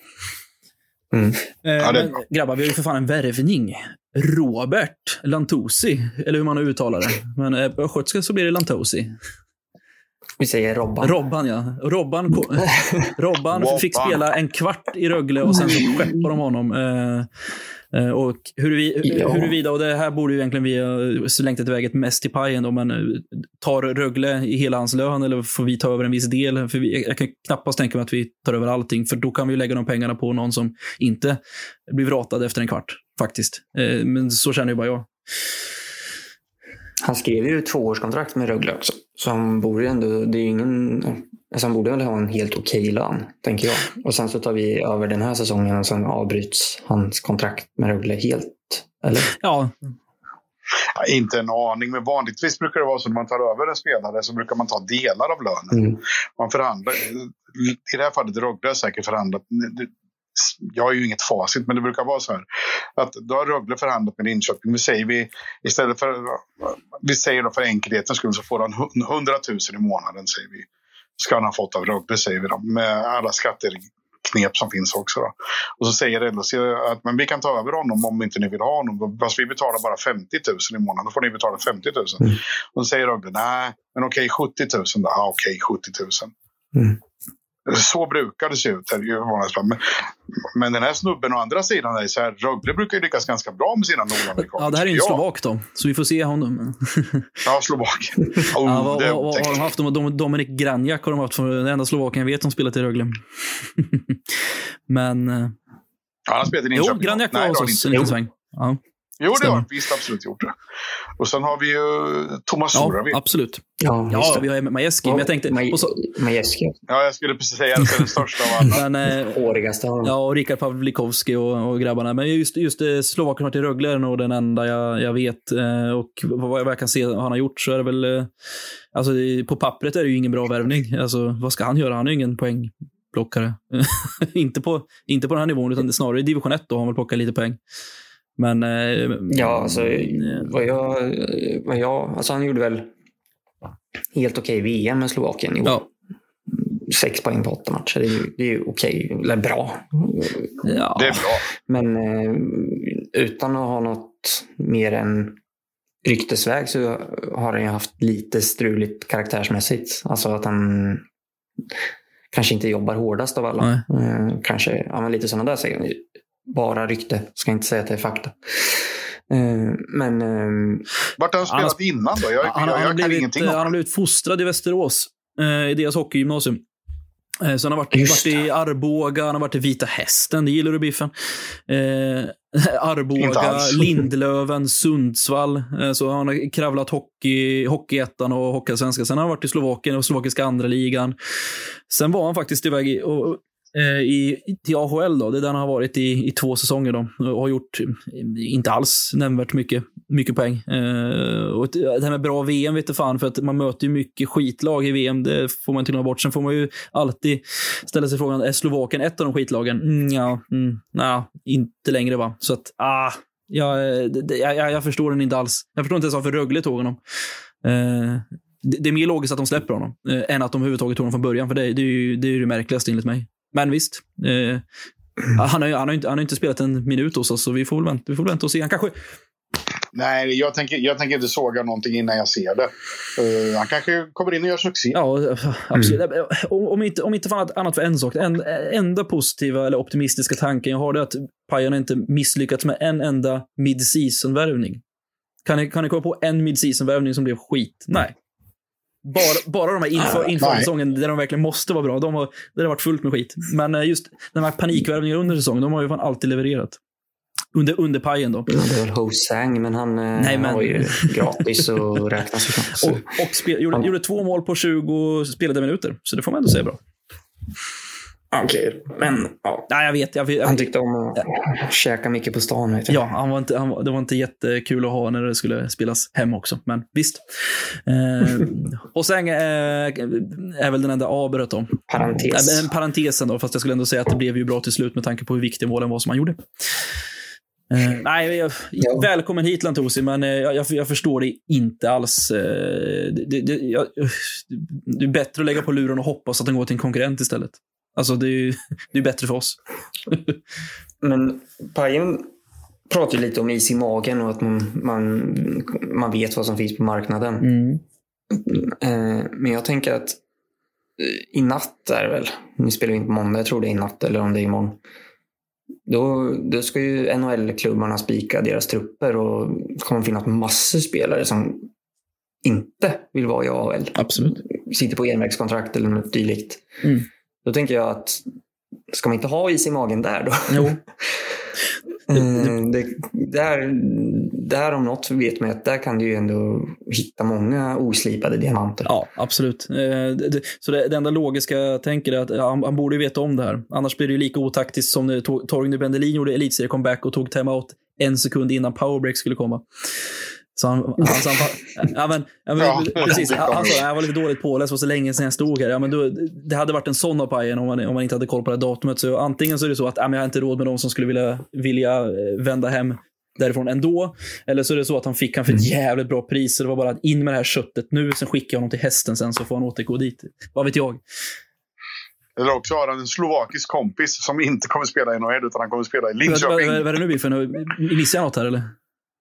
Men, grabbar, vi har ju för fan en värvning. Robert Lantosi, eller hur man uttalar det. Men på skötska så blir det Lantosi. Vi säger Robban, ja. Robban fick spela en kvart i Rögle, och sen så skeppar de honom. Och huruvida, och det här borde ju egentligen vi längtat iväg ett mest i pajen då, men tar Rögle i hela hans lön, eller får vi ta över en viss del? För jag kan knappast tänka mig att vi tar över allting, för då kan vi ju lägga de pengarna på någon som inte blir ratad efter en kvart, faktiskt. Men så känner ju bara jag. Han skrev ju 2-årskontrakt med Rögle också. Så han borde ändå, det är ingen, alltså han borde väl ha en helt okej lön, tänker jag. Och sen så tar vi över den här säsongen, och sen avbryts hans kontrakt med Rögle helt, eller? Ja. Inte en aning, men vanligtvis brukar det vara så när man tar över en spelare så brukar man ta delar av lönen. Man förhandlar, i det här fallet Rögle är säkert förhandlat. Jag har ju inget facit, men det brukar vara så här att då har Rögle förhandlat med Linköping. Vi säger då för enkelhetens skull, så får han 100 000 i månaden, säger vi. Ska han ha fått av Rögle, säger vi då, med alla skatteknep som finns också då. Och så säger LHC att men vi kan ta över honom om inte ni vill ha honom, fast vi betalar bara 50 000 i månaden, då får ni betala 50 000. Och så säger Rögle, nej, men okej, 70 000 då. Ja, okej, 70 000. Så brukar det se ut här. Men den här snubben å andra sidan är så här, Rögle brukar ju lyckas ganska bra med sina nordamerikaner. Ja, det här är ju en slovak då, så vi får se honom. Ja, slovak. Vad har de haft? Dominik Granjak har de haft, för den enda slovaken jag vet som spelat i Rögle. Men ja, han har spelat i Linköping. Jo, Granjak var hos oss en liten sväng. Ja. Jo, det har visst absolut gjort det. Och sen har vi ju Thomas Soravi. Ja, absolut. Ja, vi har Majewski, men jag tänkte... Majewski. Ja, jag skulle precis säga att den största av alla. Årigaste av dem. Ja, och Rikard Pavlikovski och grabbarna. Men just Slovaken har till Rögle är nog den enda jag vet. Och vad jag kan se han har gjort, så är det väl... Alltså, på pappret är det ju ingen bra värvning. Alltså, vad ska han göra? Han är ju ingen poängblockare. inte på den här nivån, utan snarare i division 1 då har han väl plockat lite poäng. Men ja, alltså alltså han gjorde väl helt okej VM med Slovakien i år. Ja. 6 poäng på 8 matcher. Det är ju okej, eller bra. Ja. Det är bra. Men utan att ha något mer än ryktesväg, så har han ju haft lite struligt karaktärsmässigt. Alltså att han kanske inte jobbar hårdast av alla. Kanske, ja, men lite sådana där säger bara rykte, ska inte säga att det är fakta. Men vart har han spelat innan då? Jag kan ingenting om det. Han har blivit fostrad i Västerås, i deras hockeygymnasium. Så han har varit i Arboga, han har varit i Vita Hästen, det gillar du, Biffen. Arboga, Lindlöven, Sundsvall. Så han har kravlat hockeyettan och hockeyallsvenskan. Sen har han varit i Slovakien och slovakiska andra ligan. Sen var han faktiskt iväg till AHL då. Det är där han har varit i 2 säsonger då, och har gjort inte alls nämnvärt mycket poäng. Och det här med bra VM vet du fan, för att man möter ju mycket skitlag i VM, det får man inte glömma bort. Sen får man ju alltid ställa sig frågan, är Slovakien ett av de skitlagen? Inte längre, va? Så att jag förstår den inte alls. Jag förstår inte ens varför Rögle tog honom. Det är mer logiskt att de släpper honom än att de överhuvudtaget tog honom från början, för det är ju det märkligaste enligt mig. Men visst, han har inte spelat en minut hos oss, så vi får vänta och se. Han kanske... Nej, jag tänker inte såga någonting innan jag ser det. Han kanske kommer in och gör succé. Ja, absolut. Om inte för annat för en sak. Den enda positiva eller optimistiska tanken jag har, det är att Pajan inte misslyckats med en enda mid-season-värvning. Kan ni komma på en mid-season-värvning som blev skit? Nej. Bara de här inför säsongen där de verkligen måste vara bra. Det har varit fullt med skit. Men just den här panikvärvningen under säsongen, de har ju fan alltid levererat. Under pajen då. Det var väl Hosang, men han var ju gratis och räknas. Och gjorde 2 mål på 20 spelade minuter. Så det får man ändå säga bra. Okej, men ja. Nej, jag vet. Han tyckte om att käka mycket på stan. Vet jag. Ja, det var inte jättekul att ha när det skulle spelas hem också. Men visst. Och sen är väl den enda avbröt då. Parentesen då, fast jag skulle ändå säga att det blev ju bra till slut med tanke på hur viktig målen var som han gjorde. Nej, välkommen hit Lantosi, men jag förstår det inte alls. Det är bättre att lägga på luren och hoppas att den går till en konkurrent istället. Alltså det är bättre för oss. Men Pajen pratar ju lite om is i magen och att man vet vad som finns på marknaden. Men jag tänker att i natt är det väl, nu spelar vi inte på måndag, jag tror det är i natt eller om det är imorgon. Då ska ju NHL-klubbarna spika deras trupper och kommer finnas massor spelare som inte vill vara i AHL. Absolut. Sitter på envägskontrakt eller något dylikt. Då tänker jag att ska man inte ha is i magen där då? Jo. Där om något vet man att där kan du ju ändå hitta många oslipade diamanter. Ja, absolut. Så det enda logiska jag tänker är att han borde ju veta om det här. Annars blir det ju lika otaktiskt som när Torgny Bendelin gjorde elitserie comeback och tog timeout 1 sekund innan powerbreak skulle komma. Så han precis. Han sa jag var lite dåligt påläst, var så länge sedan jag stod här. Ja, men det hade varit en sån av Pajen om man inte hade koll på det datumet. Så antingen så är det så att jag har inte råd med de som skulle vilja vända hem därifrån ändå. Eller så är det så att han fick för ett jävligt bra pris. Så det var bara att in med det här köttet nu. Sen skickar jag honom till hästen sen så får han återgå dit. Vad vet jag? Eller också har han en slovakisk kompis som inte kommer spela i NHL utan han kommer spela i Linköping. Vad är det nu blir för? Missar jag något här eller?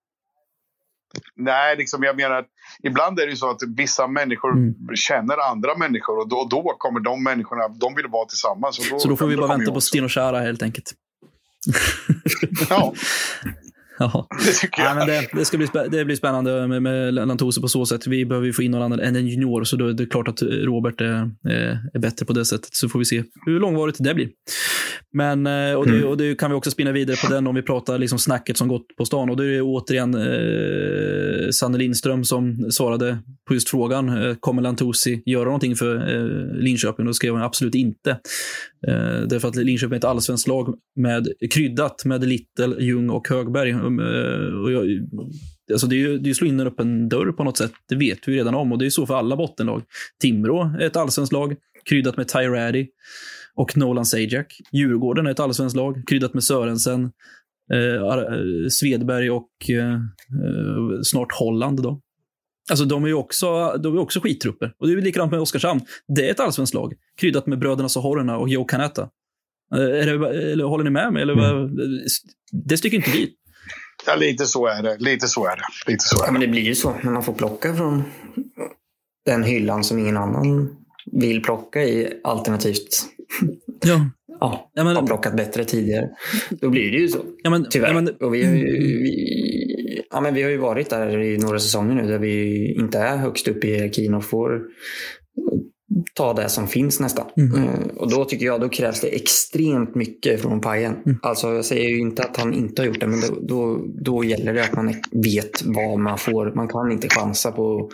Nej, liksom jag menar att ibland är det ju så att vissa människor känner andra människor och då kommer de människorna, de vill vara tillsammans. Så då får vi bara vänta på Stino Chara helt enkelt. Ja. Ja. Det tycker jag. Ja, men det blir spännande med Lantosi på så sätt. Vi behöver ju få in någon annan än en junior, så då är det klart att Robert är bättre på det sättet. Så får vi se hur långvarigt det blir. Men och det kan vi också spinna vidare på den om vi pratar liksom snacket som gått på stan. Och då är det återigen Sanne Lindström som svarade på just frågan, kommer Lantosi göra någonting för Linköping? Då skrev han absolut inte. Därför att Linköping är ett allsvenskt lag kryddat med Little, Ljung och Högberg. Alltså det är ju slå in en öppen dörr på något sätt. Det vet vi redan om och det är så för alla bottenlag. Timrå är ett allsvenskt lag kryddat med Ty Ratty och Nolan Sajak. Djurgården är ett allsvenskt lag kryddat med Sörensen, Svedberg och snart Holland då. Alltså de är ju också skittrupper. Och det är ju likadant med Oskarshamn. Det är ett allsvenskt lag kryddat med bröderna Sahorna och Joe Canetta. Eller håller ni med mig? Eller det sticker inte dit. Ja, lite så är det. Ja, men det blir ju så när man får plocka från den hyllan som ingen annan vill plocka i, alternativt har plockat bättre tidigare. Då blir det ju så. Ja, men, tyvärr. Ja, men, och vi har ju varit där i några säsonger nu där vi inte är högst upp i hierarkin och får ta det som finns nästan. Och då tycker jag, då krävs det extremt mycket från Pajen. Alltså jag säger ju inte att han inte har gjort det, men då gäller det att man vet vad man får. Man kan inte chansa på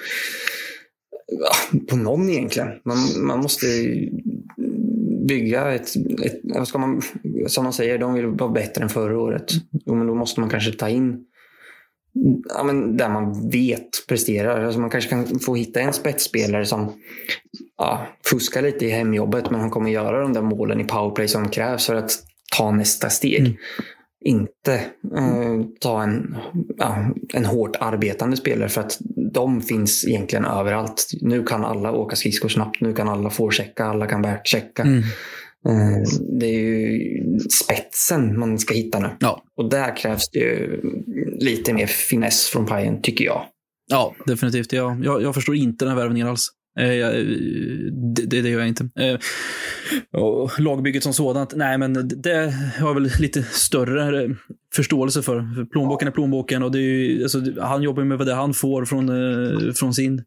någon egentligen. Man måste bygga ett vad ska man, som de säger, de vill vara bättre än förra året. Men då måste man kanske ta in där man vet presterar. Alltså man kanske kan få hitta en spetsspelare som fuskar lite i hemjobbet, men han kommer göra de där målen i powerplay som krävs för att ta nästa steg. Inte ta en hårt arbetande spelare, för att de finns egentligen överallt. Nu kan alla åka skridskor snabbt, nu kan alla forechecka, alla kan backchecka. Det är ju spetsen man ska hitta nu. Ja. Och där krävs det ju lite mer finess från Pajen, tycker jag. Ja, definitivt. Jag förstår inte den här värvningen alls. Det gör jag inte. Och lagbygget som sådant, nej, men det har väl lite större förståelse för. Plånboken är plånboken, och det är ju, alltså, han jobbar med vad det han får från sin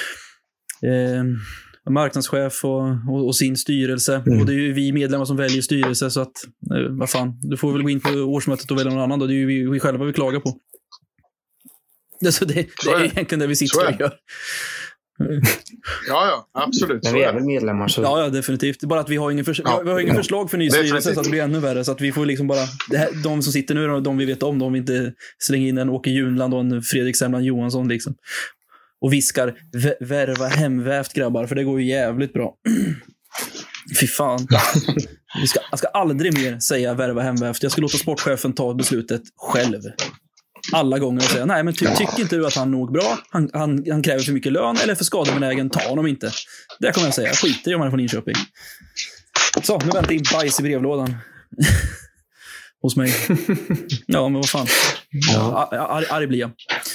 marknadschef och sin styrelse. Och det är ju vi medlemmar som väljer styrelse, så att vad fan, du får väl gå in på årsmötet och välja någon annan då. Det är ju vi själva vi klagar på. Alltså det är egentligen det vi sitter och gör. Ja, absolut. Men vi är väl medlemmar. Så... Ja, definitivt. Det är bara att vi har ingen förslag för ny styrelse så att det blir ännu värre. Så att vi får liksom bara... de som sitter nu, de vi vet om, de vill inte slänga in en Åke Junland och en Fredrik Semlan Johansson liksom. Och viskar, värva hemvävt grabbar, för det går ju jävligt bra. Fy fan. Jag ska aldrig mer säga värva hemvävt. Jag ska låta sportchefen ta beslutet själv. Alla gånger och säga, nej men tycker inte du att han är nog bra? Han kräver för mycket lön eller för skadebenägen, ta honom inte. Det kommer jag säga, skiter i om han är från Linköping. Så, nu väntar in bajs i brevlådan. Hos mig. Ja, men vad fan. Arg blir jag.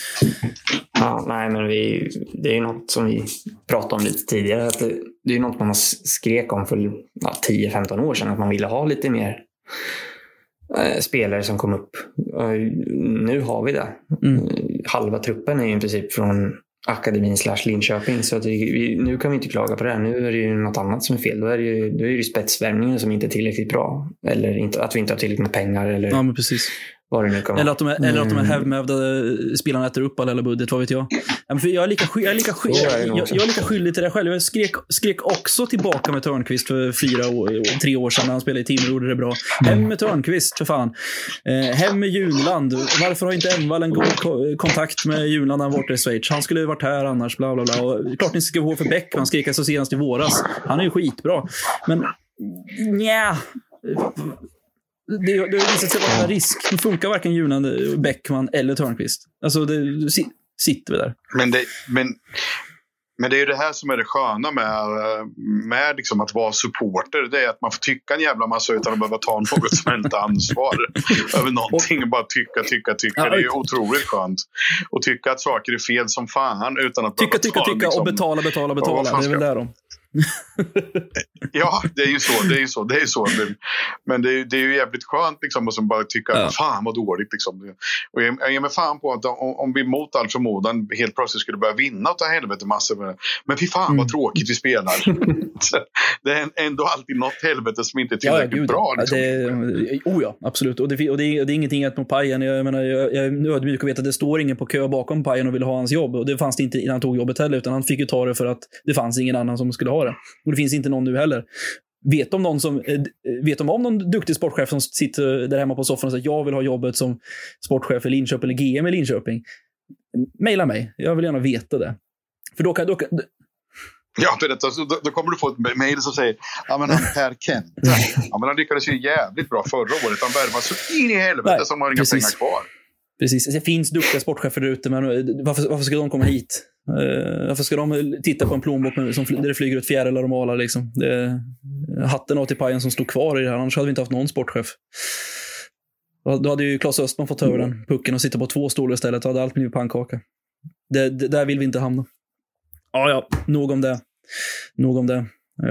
Ja, nej, men det är ju något som vi pratade om lite tidigare. Att det är ju något man skrek om för 10-15 år sedan. Att man ville ha lite mer spelare som kom upp. Nu har vi det. Halva truppen är ju i princip från akademin / Linköping. Så att nu kan vi inte klaga på det här. Nu är det ju något annat som är fel. Då är det ju spetsvärmningen som inte är tillräckligt bra. Eller inte, att vi inte har tillräckligt med pengar. Eller... Ja, men precis. Eller att de är hävmävda spelarna äter upp alla budget, vad vet jag. För jag är lika skyldig till det själv. Jag skrek också tillbaka med Törnqvist för 3 år sedan när han spelade i Timrå och gjorde det bra. Hem med Törnqvist, för fan. Hem med Junland. Varför har inte Envall en god kontakt med Junland när han borta i Schweiz? Han skulle ju varit här annars, bla bla bla. Och klart ni ska gå för Bäck, han skrek så senast i våras. Han är ju skitbra. Men nja... Det har visat sig vara en risk. Det funkar varken Junand, Bäckman eller Törnqvist. Alltså det sitter vi där. Men det är ju det här som är det sköna med liksom att vara supporter. Det är att man får tycka en jävla massa utan att behöva ta något som inte ansvar över någonting. Och bara tycka. Det är ju otroligt skönt. Och tycka att saker är fel som fan utan att tycka liksom, och betala. Det är väl där de. Ja, det är ju så. Men det är ju jävligt skönt liksom, och som bara tycka fan vad dåligt liksom. Och jag ger mig fan på att om vi mot all förmodan helt plötsligt skulle börja vinna och ta helvete massor. Men fy fan vad tråkigt vi spelar. Det är ändå alltid något helvete som inte är tillräckligt bra liksom. Ja, absolut. Och det är ingenting att på Pajen. Jag menar, jag är ödmjuk och vet att det står ingen på kö bakom Pajen och vill ha hans jobb. Och det fanns det inte innan han tog jobbet heller, utan han fick ju ta det för att det fanns ingen annan som skulle ha det. Och det finns inte någon nu heller. Vet de om någon duktig sportchef som sitter där hemma på soffan och säger jag vill ha jobbet som sportchef i Linköping eller GM i Linköping? Maila mig. Jag vill gärna veta det. För då kan Ja, då kommer du få ett mejl som säger ja men han Per Kent. Ja men han lyckades ju jävligt bra förra året. Han värvar så in i helvete som har inga pengar kvar. Precis, det finns duktiga sportchefer där ute, men varför ska de komma hit? Varför ska de titta på en plånbok där det flyger ut fjärilar och malar liksom? Hatten av till Pajen som stod kvar i det här, annars hade vi inte haft någon sportchef. Då hade ju Claes Östman fått över den pucken och sitta på 2 stolar istället. Då hade allt blivit pannkaka. Där vill vi inte hamna. Ja, nog om det.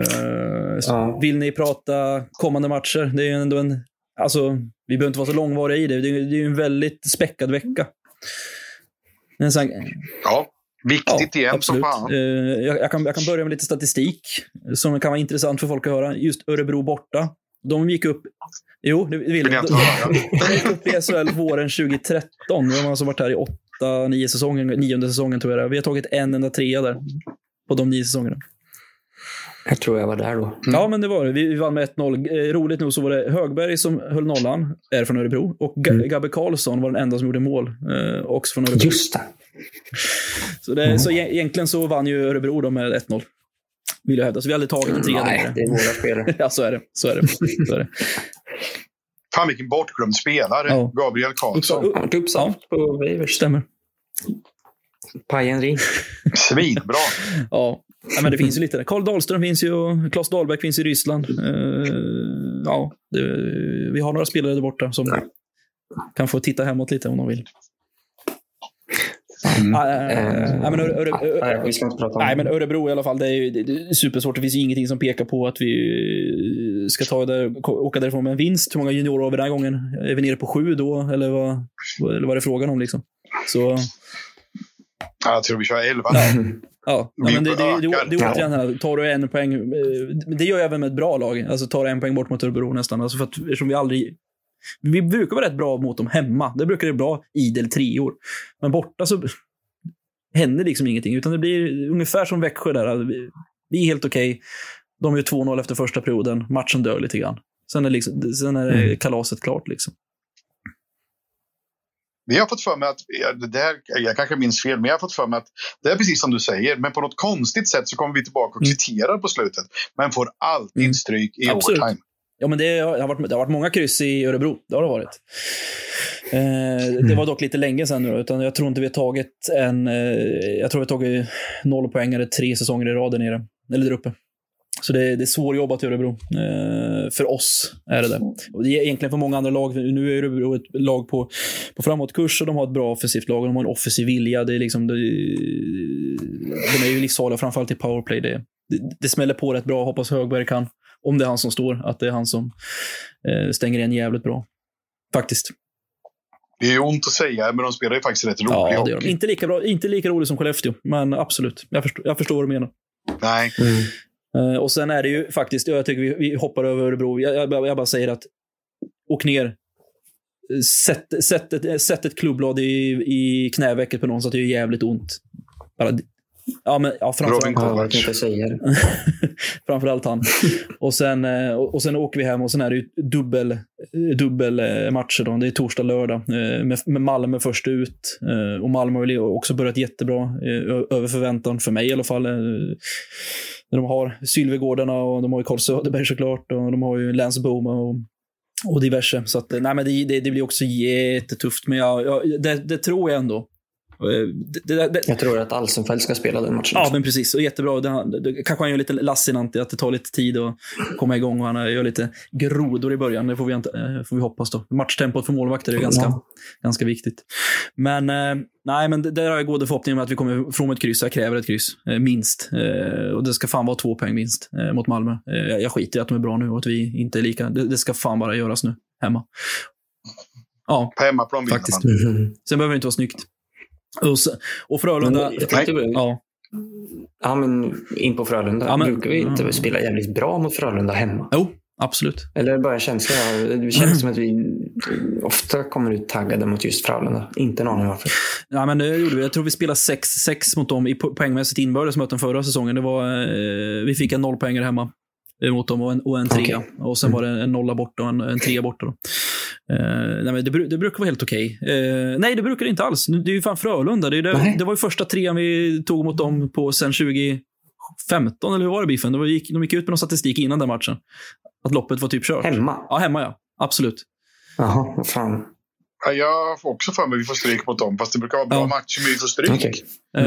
Vill ni prata kommande matcher? Det är ju ändå vi behöver inte vara så långvariga i det. Det är ju en väldigt späckad vecka. Viktigt igen absolut. Som fan. Jag kan börja med lite statistik som kan vara intressant för folk att höra. Just Örebro borta. De gick upp. Jo, det vill jag. De gick upp i SHL våren 2013. De har alltså varit här i 9 säsongen, 9:e säsongen tror jag det. Vi har tagit en enda 3 där på de 9 säsongerna. Jag tror jag var där då. Ja, men det var det. Vi vann med 1-0. Roligt nog så var det Högberg som höll nollan, är från Örebro. Och Gabbe Karlsson var den enda som gjorde mål, också från Örebro. Just det. Så egentligen så vann ju Örebro då med 1-0. Vill jag hävda. Så vi hade tagit en 3 Nej, där. det är våra spelare. Ja, så är det. Fan vilken bortglömd spelare. Ja. Gabriel Karlsson. Uppsatt på Weivers. Stämmer. Pajen ring. Svinbra. Ja, men det finns ju lite. Karl Dahlström finns ju och Claes Dahlbäck finns i Ryssland. Vi har några spelare där borta som kan få titta hemåt lite om de vill. Vi ska inte prata om nej, men Örebro i alla fall, det är supersvårt. Det finns ju ingenting som pekar på att vi ska åka därifrån med en vinst. Hur många juniorer har vi den här gången? Är vi nere på 7 då? Eller vad är det frågan om liksom? Så... Jag tror vi kör 11. Ja, men det är återigen här. Tar du 1 poäng, det gör jag även med ett bra lag. Alltså tar 1 poäng bort mot Örebro nästan. Alltså för att, eftersom vi brukar vara rätt bra mot dem hemma. Det brukar det bra idel 3 år. Men borta så händer liksom ingenting. Utan det blir ungefär som Växjö där. Vi är helt okej. De är ju 2-0 efter första perioden. Matchen dör lite grann. Sen är kalaset klart liksom. Vi har fått för mig att, jag kanske minns fel, men jag har fått för mig att det är precis som du säger, men på något konstigt sätt så kommer vi tillbaka och kvitterar på slutet. Men får alltid stryk i overtime. Ja, men det har varit många kryss i Örebro. Det har det varit. Det var dock lite länge sedan nu, utan jag tror inte vi har tagit jag tror vi har tagit 0 poängare 3 säsonger i raden nere, eller där uppe. Så det är svårjobbat i Örebro. För oss är det. Och det är egentligen för många andra lag. Nu är Örebro ett lag på framåtkurs och de har ett bra offensivt lag och de har en offensiv vilja. Det är liksom, de är ju livsfarliga, framförallt i powerplay. Det smäller på rätt bra. Hoppas Högberg kan, om det är han som står, att det är han som stänger igen jävligt bra. Faktiskt. Det är ont att säga, men de spelar ju faktiskt rätt roligt. Ja, det gör de. Inte lika bra, inte lika roligt som Skellefteå, men absolut. Jag förstår vad du menar. Nej. Och sen är det ju faktiskt, jag tycker vi hoppar över Örebro. Jag bara säger att åk ner, sätt ett klubbblad i knävecket på någon så att det är jävligt ont. Framförallt han. Och sen åker vi hem och sen är det ju dubbel matcher då. Det är torsdag, lördag med Malmö först ut, och Malmö har också börjat jättebra, över förväntan för mig i alla fall. De har Sylvegårdarna och de har ju Carl Söderberg såklart, och de har ju Lance Boma och diverse. Så att, nej, men det blir också jättetufft, men det tror jag ändå. Jag tror att Alsenfelt ska spela den matchen. Ja, men precis. Och jättebra. Det kanske han gör lite lassinant, att det tar lite tid att komma igång, och han gör lite grodor i början. Det får vi hoppas då. Matchtempot för målvakter är ganska viktigt. Men nej, men där har jag goda förhoppningar med att vi kommer från ett kryss. Jag kräver ett kryss, minst. Och det ska fan vara 2 poäng minst mot Malmö. Jag skiter i att de är bra nu och att vi inte är lika. Det ska fan bara göras nu, hemma. Ja, på hemmaplan faktiskt. Sen behöver det inte vara snyggt. Och Frölunda... Ja, men in på Frölunda. Brukar vi inte spela jävligt bra mot Frölunda hemma? Jo, absolut. Eller bara en känsla. Det känns som att vi ofta kommer ut taggade mot just Frölunda. Inte en aning varför. Ja, men det gjorde vi. Jag tror vi spelade 6 mot dem i poängmässigt inbördesmöten förra säsongen. Vi fick en 0 poängare hemma mot dem och en 3. Okay. Och sen var det en 0 borta och en 3 borta då. Nej, men det brukar vara helt okej. Nej, det brukar det inte alls. Det är ju fan Frölunda. Det var ju första 3 vi tog mot dem på sen 2015, eller hur var det, Biffen? De gick ut med någon statistik innan den matchen. Att loppet var typ kört. Hemma? Ja, hemma, ja. Absolut. Jaha, vad fan. Ja, jag får också för mig att vi får stryk mot dem. Fast det brukar vara bra matcher, men vi får stryk. Okay.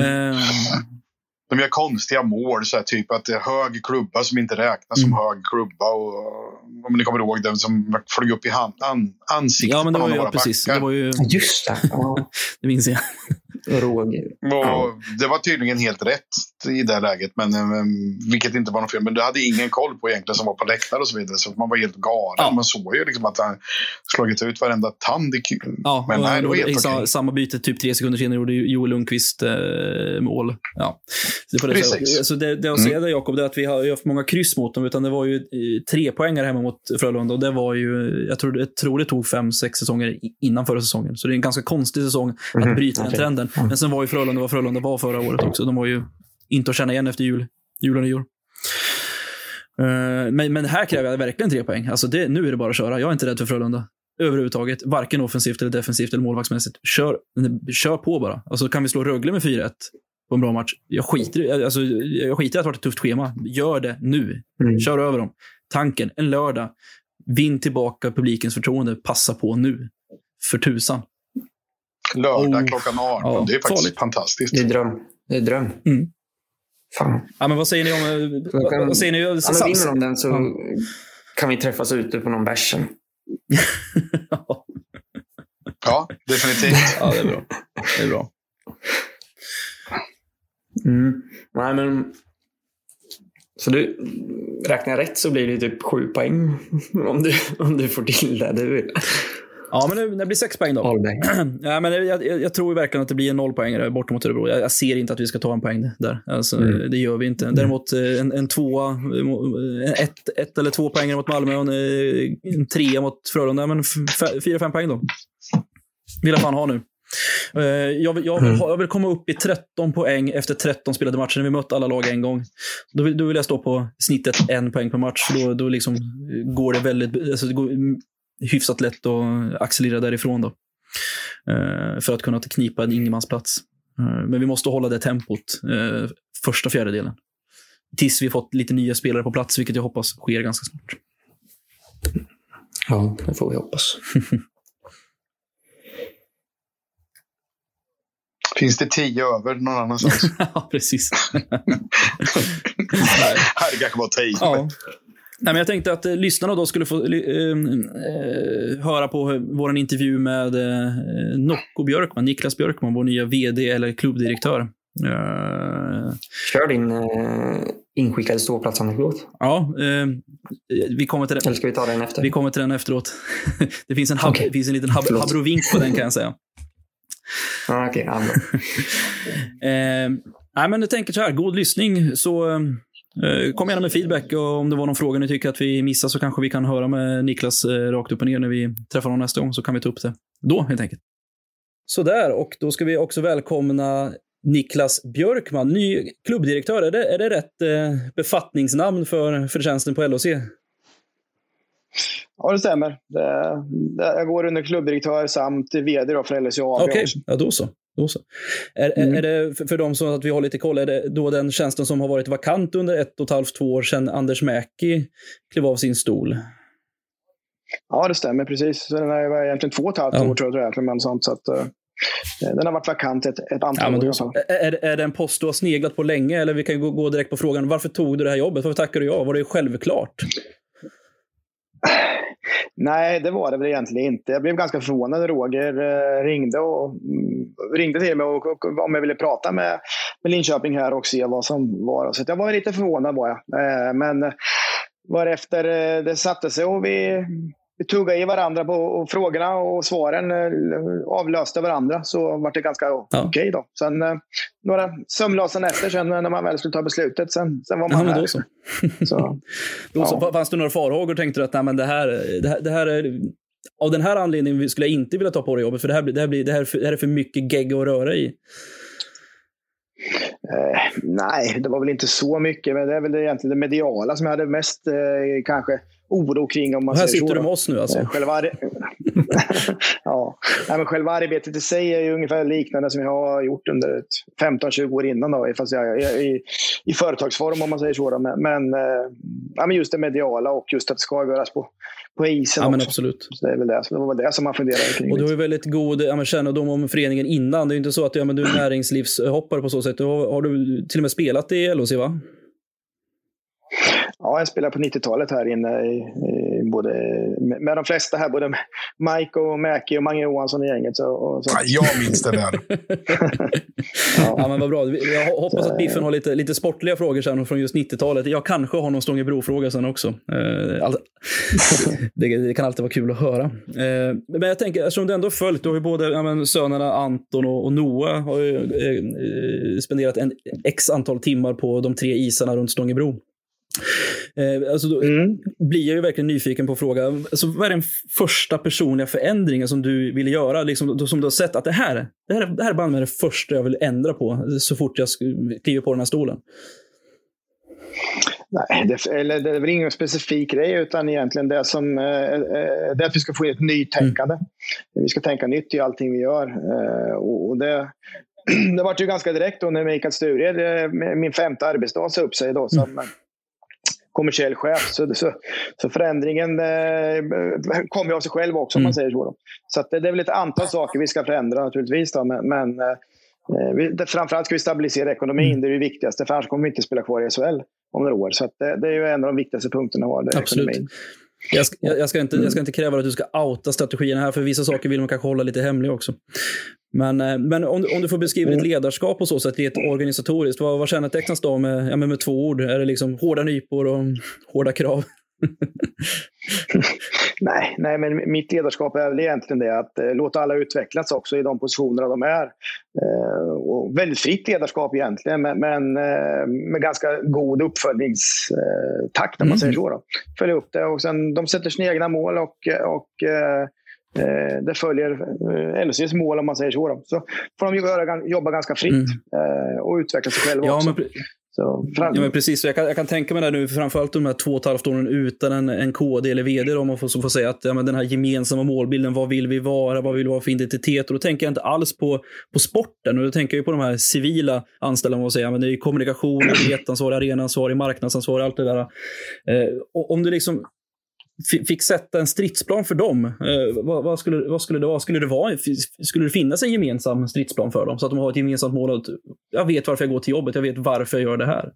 De gör konstiga mål, så här, typ att det är hög klubba som inte räknas som hög klubba, och om ni kommer ihåg den som flög upp i ansiktet. Ja, men det var ju precis. Det var ju... Just det. Ja. Det minns jag. Roger. Det var tydligen helt rätt i det läget, men vilket inte var något fel. Men du hade ingen koll på egentligen som var på läktare och så vidare, så man var helt galen. Ja. Man såg ju liksom att han slagit ut varenda tand i kul. Ja, men nej, det var helt okej. Samma byte, typ 3 sekunder senare gjorde Joel Lundqvist mål. Ja. Så det jag säger där, Jakob, det är att vi har haft många kryss mot dem, utan det var ju 3 poängare hemma mot Frölunda, och det var ju, jag tror det tog 5-6 säsonger innan förra säsongen. Så det är en ganska konstig säsong att bryta den trenden. Men sen var ju Frölunda var förra året också. De var ju inte att känna igen efter jul och nyår. Men här kräver jag verkligen 3 poäng. Alltså nu är det bara att köra. Jag är inte rädd för Frölunda överhuvudtaget. Varken offensivt eller defensivt eller målvaktsmässigt. Kör på bara. Alltså kan vi slå Rögle med 4-1 på en bra match? Jag skiter i att det har varit ett tufft schema. Gör det nu. Kör över dem. Tanken, en lördag. Vinn tillbaka publikens förtroende. Passa på nu. För tusan. Lördag klockan 18. Ja, det är faktiskt farligt. Fantastiskt. Det är dröm. Fan. Ja, men vad säger ni om... Vad säger ni? Vinner om den så kan vi träffas ute på någon bärsen. Ja, definitivt. Ja, det är bra. Nej, men... Så du räknar rätt så blir det typ 7 poäng om du får till det du vill. Ja, men det blir 6 poäng då. Ja, men jag tror verkligen att det blir en 0 poäng bortom mot Örebro. Jag ser inte att vi ska ta en poäng där. Alltså, det gör vi inte. Däremot en 2, 1 eller 2 poäng mot Malmö och en 3 mot Frölunda. Men 4-5 poäng då. Vill jag fan ha nu. Jag vill komma upp i 13 poäng efter 13 spelade matcher när vi mött alla lag en gång. Då vill jag stå på snittet 1 poäng per match. Då liksom går det väldigt, alltså det går hyfsat lätt att accelerera därifrån då. För att kunna knipa en ingemansplats. Men vi måste hålla det tempot första fjärdedelen. Tills vi fått lite nya spelare på plats, vilket jag hoppas sker ganska snart. Ja, det får vi hoppas. Finns det 10 över någon annanstans? Ja, precis. Här kanske var 10. Ja. Nej, men jag tänkte att lyssnarna då skulle få höra på vår intervju med Nocco Björkman, Niklas Björkman, vår nya vd eller klubbdirektör. Kör din inskickade ståplatsanekdot. Ja, vi kommer till den. Eller ska vi ta den efter? Vi kommer till den efteråt. Det finns det finns en liten habrovink på den, kan jag säga. Okej. Nej, men jag tänker så här, god lyssning, så kom gärna med feedback, och om det var någon fråga ni tycker att vi missar så kanske vi kan höra med Niklas rakt upp och ner när vi träffar honom nästa gång, så kan vi ta upp det då helt enkelt. Så där, och då ska vi också välkomna Niklas Björkman, ny klubbdirektör. Är det rätt befattningsnamn för tjänsten på LHC? Ja, det stämmer. Jag går under klubbdirektör samt vd då för LHC AB. Okej, ja, då så. Är det, för de som att vi har lite koll, är det då den tjänsten som har varit vakant under 1,5-2 år sedan Anders Mäki klev av sin stol? Ja, det stämmer precis. Så den är egentligen 2,5 år tror jag, men sånt, så att den har varit vakant ett antal år. Så. Är det en post du har sneglat på länge, eller vi kan gå direkt på frågan, varför tog du det här jobbet? Varför tackade du ja? Var det självklart? Nej, det var det väl egentligen inte. Jag blev ganska förvånad när Roger ringde till mig och om jag ville prata med Linköping här och se vad som var. Så jag var lite förvånad var jag. Men varefter det satte sig och vi tuggade i varandra på frågorna och svaren avlöste varandra, så var det ganska okej då. Sen några sömnlösa nätter sen när man väl skulle ta beslutet, sen var man här. Så fanns det några farhågor? Tänkte du att nej, men det här är, av den här anledningen skulle jag inte vilja ta på det jobbet, för det här är för mycket gegg och röra i? Nej, det var väl inte så mycket, men det är väl egentligen det mediala som jag hade mest kanske oro kring, om man här säger sitter så. Du med oss nu alltså? Själva arbetet i sig är ju ungefär liknande som jag har gjort under 15-20 år innan då, fast jag är i företagsform, om man säger så då. Men just det mediala och just att det ska avgöras på isen. Ja, men också. absolut. Så det är väl det. Så det var det som man funderade kring. Och du har ju väldigt god kännedom om föreningen innan. Det är ju inte så att du är näringslivshoppare på så sätt. Har du till och med spelat i LHC, va? Ja, jag spelade på 90-talet här inne både med de flesta här, både Mike och Mäki och Mange Johansson i gänget. Så. Ja, jag minns det väl. Ja, men vad bra. Jag hoppas att Biffen har lite sportliga frågor sen från just 90-talet. Jag kanske har någon Stångebro-fråga sen också. Det kan alltid vara kul att höra. Men jag tänker, eftersom du ändå följt, då har ju både sönerna Anton och Noah har ju spenderat x antal timmar på de 3 isarna runt Stångebro. Alltså då blir jag ju verkligen nyfiken på frågan. Alltså, vad är den första personliga förändringen som du ville göra, liksom, som du har sett att det här band är det första jag vill ändra på så fort jag kliver på den här stolen? Nej, det är väl ingen specifik grej, utan egentligen det som det är att vi ska få ett nytänkande. Vi ska tänka nytt i allting vi gör, och det var ju ganska direkt då när Mikael Sture, min 5:e arbetsdag, så upp sig då som kommersiell chef, så förändringen kommer ju av sig själv också, om man säger så då. Så att det är väl ett antal saker vi ska förändra naturligtvis då, men framförallt ska vi stabilisera ekonomin, det är det viktigaste, för annars kommer vi inte spela kvar i SHL om några år. Så att det är ju en av de viktigaste punkterna av det. Absolut. Ekonomin. Jag ska inte kräva att du ska outa strategierna här, för vissa saker vill man kanske hålla lite hemliga också. Men om du får beskriva ditt ledarskap och så sätt, rent organisatoriskt, vad kännetecknas då med 2 ord? Är det liksom hårda nypor och hårda krav? Nej, men mitt ledarskap är väl egentligen det att låta alla utvecklas också i de positionerna de är. Och väldigt fritt ledarskap egentligen, men med ganska god uppföljningstakt, om man säger så då. Följa upp det, och sen de sätter sina egna mål och Det följer LHCs mål om man säger så. Då. Så får de jobba ganska fritt och utveckla sig själva också. Ja, men precis. Så jag kan tänka mig det nu, framförallt de här 2,5 åren utan en KD eller VD om man får säga att men den här gemensamma målbilden, vad vill vi vara, vad vill vi vara för identitet, och då tänker jag inte alls på sporten, och då tänker jag på de här civila anställda, man säga, men det är kommunikation, biljettansvarig, arenaansvarig, marknadsansvarig, allt det där. Om du liksom fick sätta en stridsplan för dem, vad skulle det vara? Skulle det finnas en gemensam stridsplan för dem så att de har ett gemensamt mål att jag vet varför jag går till jobbet, jag vet varför jag gör det här?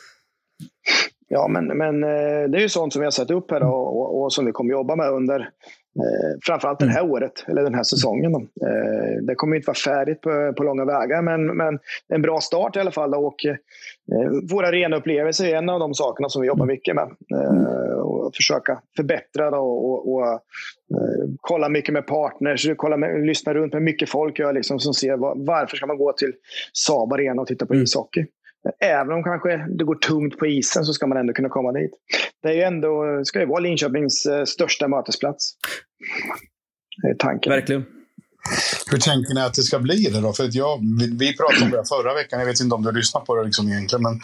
Ja, men det är ju sånt som vi har satt upp här och som vi kommer jobba med under framförallt det här året eller den här säsongen. Det kommer inte vara färdigt på långa vägar, men en bra start i alla fall. Och våra arena upplevelser är en av de sakerna som vi jobbar mycket med. Och försöka förbättra och kolla mycket med partners, lyssna runt med mycket folk liksom, som ser varför ska man gå till Saab Arena och titta på ishockey. Även om kanske det går tungt på isen så ska man ändå kunna komma dit. Det är ju ändå, ska ju vara Linköpings största mötesplats. Det är tanken. Verkligen. Hur tänker ni att det ska bli det då? För att vi pratade om det förra veckan, jag vet inte om du har lyssnat på det liksom egentligen, men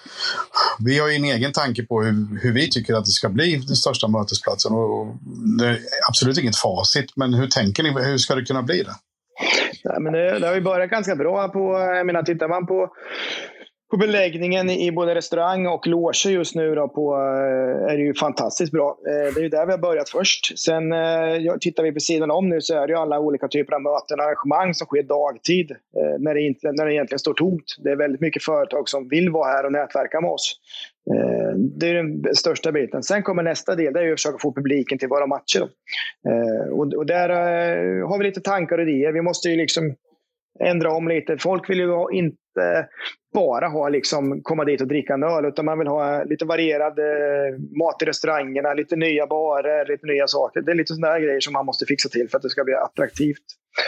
vi har ju en egen tanke på hur vi tycker att det ska bli den största mötesplatsen, och det är absolut inget facit, men hur tänker ni, hur ska det kunna bli det? Ja, men det har ju börjat ganska bra på, jag menar, tittar man på beläggningen i både restaurang och loge just nu då är det ju fantastiskt bra. Det är ju där vi har börjat först. Sen tittar vi på sidan om nu så är det ju alla olika typer av möten och arrangemang som sker dagtid när det egentligen står tomt. Det är väldigt mycket företag som vill vara här och nätverka med oss. Det är den största biten. Sen kommer nästa del, det är ju att försöka få publiken till våra matcher. Och där har vi lite tankar och idéer. Vi måste ju liksom ändra om lite. Folk vill ju inte bara ha liksom komma dit och dricka en öl, utan man vill ha lite varierad mat i restaurangerna, lite nya barer, lite nya saker. Det är lite sådana grejer som man måste fixa till för att det ska bli attraktivt.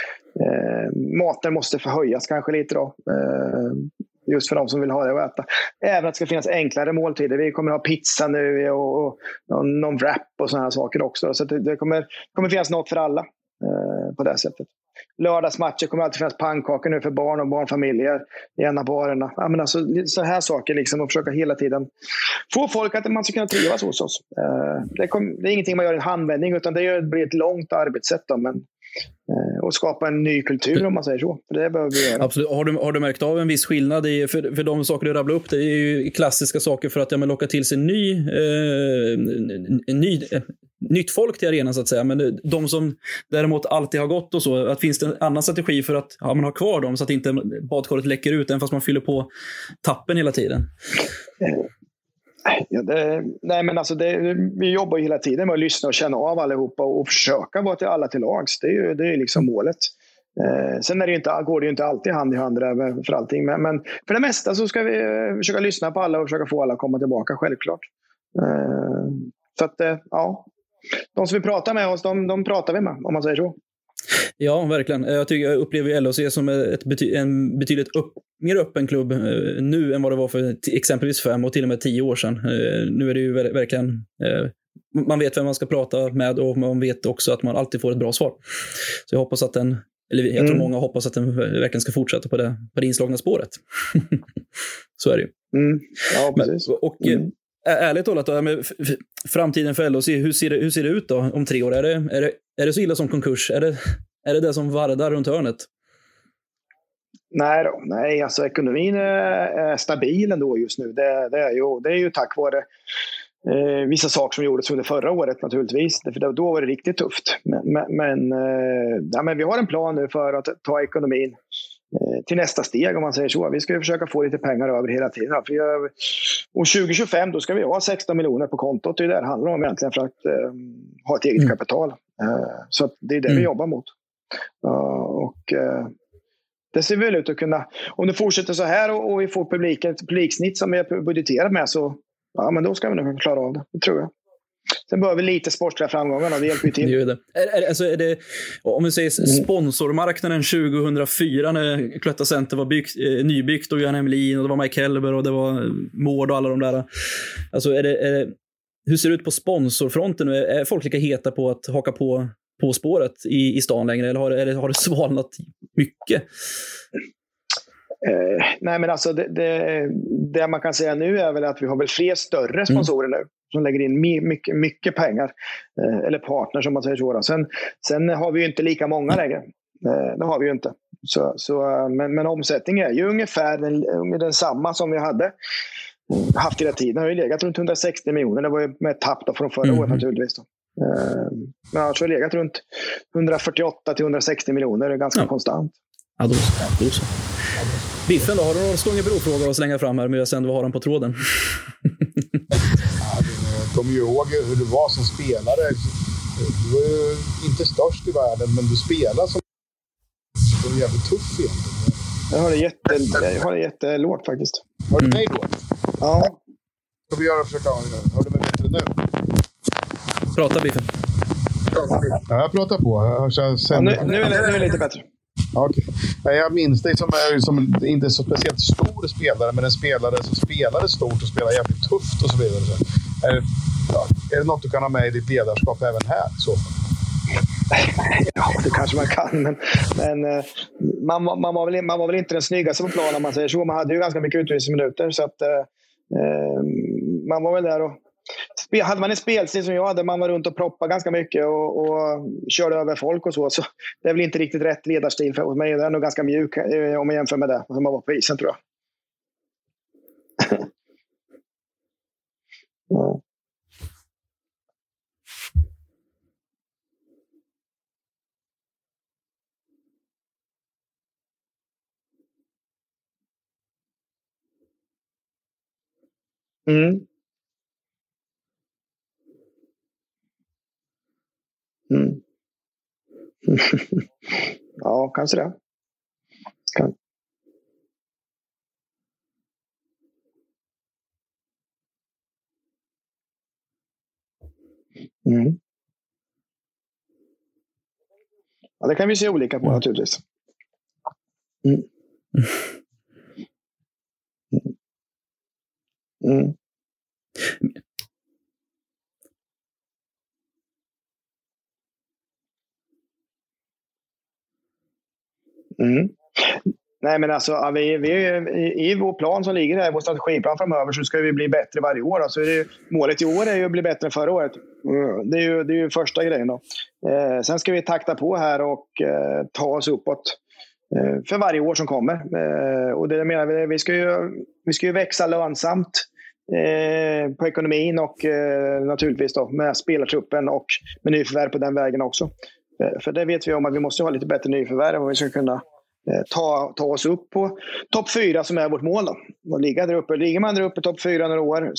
Maten måste förhöjas kanske lite då. Just för de som vill ha det att äta. Även att det ska finnas enklare måltider. Vi kommer ha pizza nu och någon wrap och sådana här saker också. Så det kommer finnas något för alla på det sättet. Lördagsmatcher kommer alltid finnas pannkakor nu för barn och barnfamiljer i en av barerna. Ja, men alltså, så här saker liksom, och försöka hela tiden få folk att man ska kunna trivas hos oss. Det är ingenting man gör i en handvändning, utan det blir ett långt arbetssätt då, men och skapa en ny kultur om man säger så. För det behöver vi göra. Absolut. Har du märkt av en viss skillnad för de saker du rabblar upp? Det är ju klassiska saker för att locka till sig nytt folk till arenan så att säga. Men de som däremot alltid har gått och så, att finns det en annan strategi för att man har kvar dem så att inte badkaret läcker ut även fast man fyller på tappen hela tiden? Ja, vi jobbar ju hela tiden med att lyssna och känna av allihopa och försöka vara till alla till lags. Det är liksom målet. Sen går det ju inte alltid hand i hand för allting. Men för det mesta så ska vi försöka lyssna på alla och försöka få alla att komma tillbaka, självklart. Så att, ja. De som vi pratar med oss, de pratar vi med, om man säger så. Ja, verkligen. Jag upplever LHC som en betydligt mer öppen klubb nu än vad det var för exempelvis 5 och till och med 10 år sedan. Nu är det ju verkligen man vet vem man ska prata med, och man vet också att man alltid får ett bra svar. Så jag hoppas att jag tror många hoppas att den verkligen ska fortsätta på det inslagna spåret. Så är det ju. Ja, precis. Ärligt talat då, med framtiden för LHC, hur ser det ut då om 3 år? Är det så illa som konkurs? Är det som vardar runt hörnet? Nej, alltså ekonomin är stabil ändå just nu. Det är ju tack vare vissa saker som gjordes under förra året naturligtvis. För då var det riktigt tufft. Men vi har en plan nu för att ta ekonomin till nästa steg, om man säger så. Vi ska ju försöka få lite pengar över hela tiden. Och 2025 då ska vi ha 16 miljoner på kontot. Det är det det handlar om egentligen, för att ha ett eget kapital. Så att det är det vi jobbar mot. Det ser väl ut att kunna, om det fortsätter så här och vi får publiksnitt som vi är budgeterat med, så ja, men då ska vi nog klara av det tror jag. Sen behöver vi lite sportsliga framgångar, och det hjälper ju till. Är det, om vi säger sponsormarknaden 2004 när Cloetta Center var nybyggt, och Johan Emlin och det var Mike Helber och det var Mård och alla de där. Alltså hur ser det ut på sponsorfronten nu? Är folk lika heta på att haka på på spåret i stan längre, eller har det svalnat mycket? Nej, men alltså det man kan säga nu är väl att vi har väl fler större sponsorer nu som lägger in mycket pengar, eller partners som man säger så. Sen har vi ju inte lika många längre. Det har vi ju inte. Men omsättningen är ju ungefär densamma som vi hade haft hela tiden. Det har ju legat runt 160 miljoner. Det var ju med ett tapp då från förra året naturligtvis då. Men annars har det legat runt 148 till 160 miljoner. Det är ganska konstant. Ja, då så. Biffen då, har du någon Stångebro-fråga att slänga fram här medan sen vad har den på tråden? Jag kommer ju ihåg hur du var som spelare. Du var ju inte störst i världen, men du spelade som jävligt tuff egentligen. Jag har det jättelågt faktiskt. Hör du mig då? Ja. Ska vi försöka hör du mig bättre nu? Prata, Biffen. Ja, jag pratar på. Nu är det lite bättre. Okay. Jag minns dig som inte så speciellt stor spelare, men en spelare som spelade stort och spelade jävligt tufft och så vidare. Är det något du kan ha med i ditt ledarskap även här? Så? Ja, det kanske man kan, men man var väl inte den snyggaste på planen om man säger så. Man hade ju ganska mycket utvisningsminuter, så att man var väl där och hade man en spelstil som jag hade, man var runt och proppade ganska mycket och körde över folk och så det är väl inte riktigt rätt ledarstil för mig. Det är nog ganska mjuk om man jämför med det som man var på isen, tror jag. Ja. Ja, kanske det. Ja, det kan vi se olika på naturligtvis. Nej, men alltså vi i vår plan som ligger här, vår strategiplan framöver, så ska vi bli bättre varje år. Alltså målet i år är ju att bli bättre än förra året. Det är ju första grejen då. Sen ska vi takta på här och ta oss uppåt för varje år som kommer. Och det menar vi ska ju växa lönsamt på ekonomin och naturligtvis då med spelartruppen och med nyförvärv på den vägen också. För det vet vi om att vi måste ha lite bättre nyförvärv om vi ska kunna ta oss upp på topp 4 som är vårt mål då. Och ligga där uppe. Ligger man där uppe topp 4 några år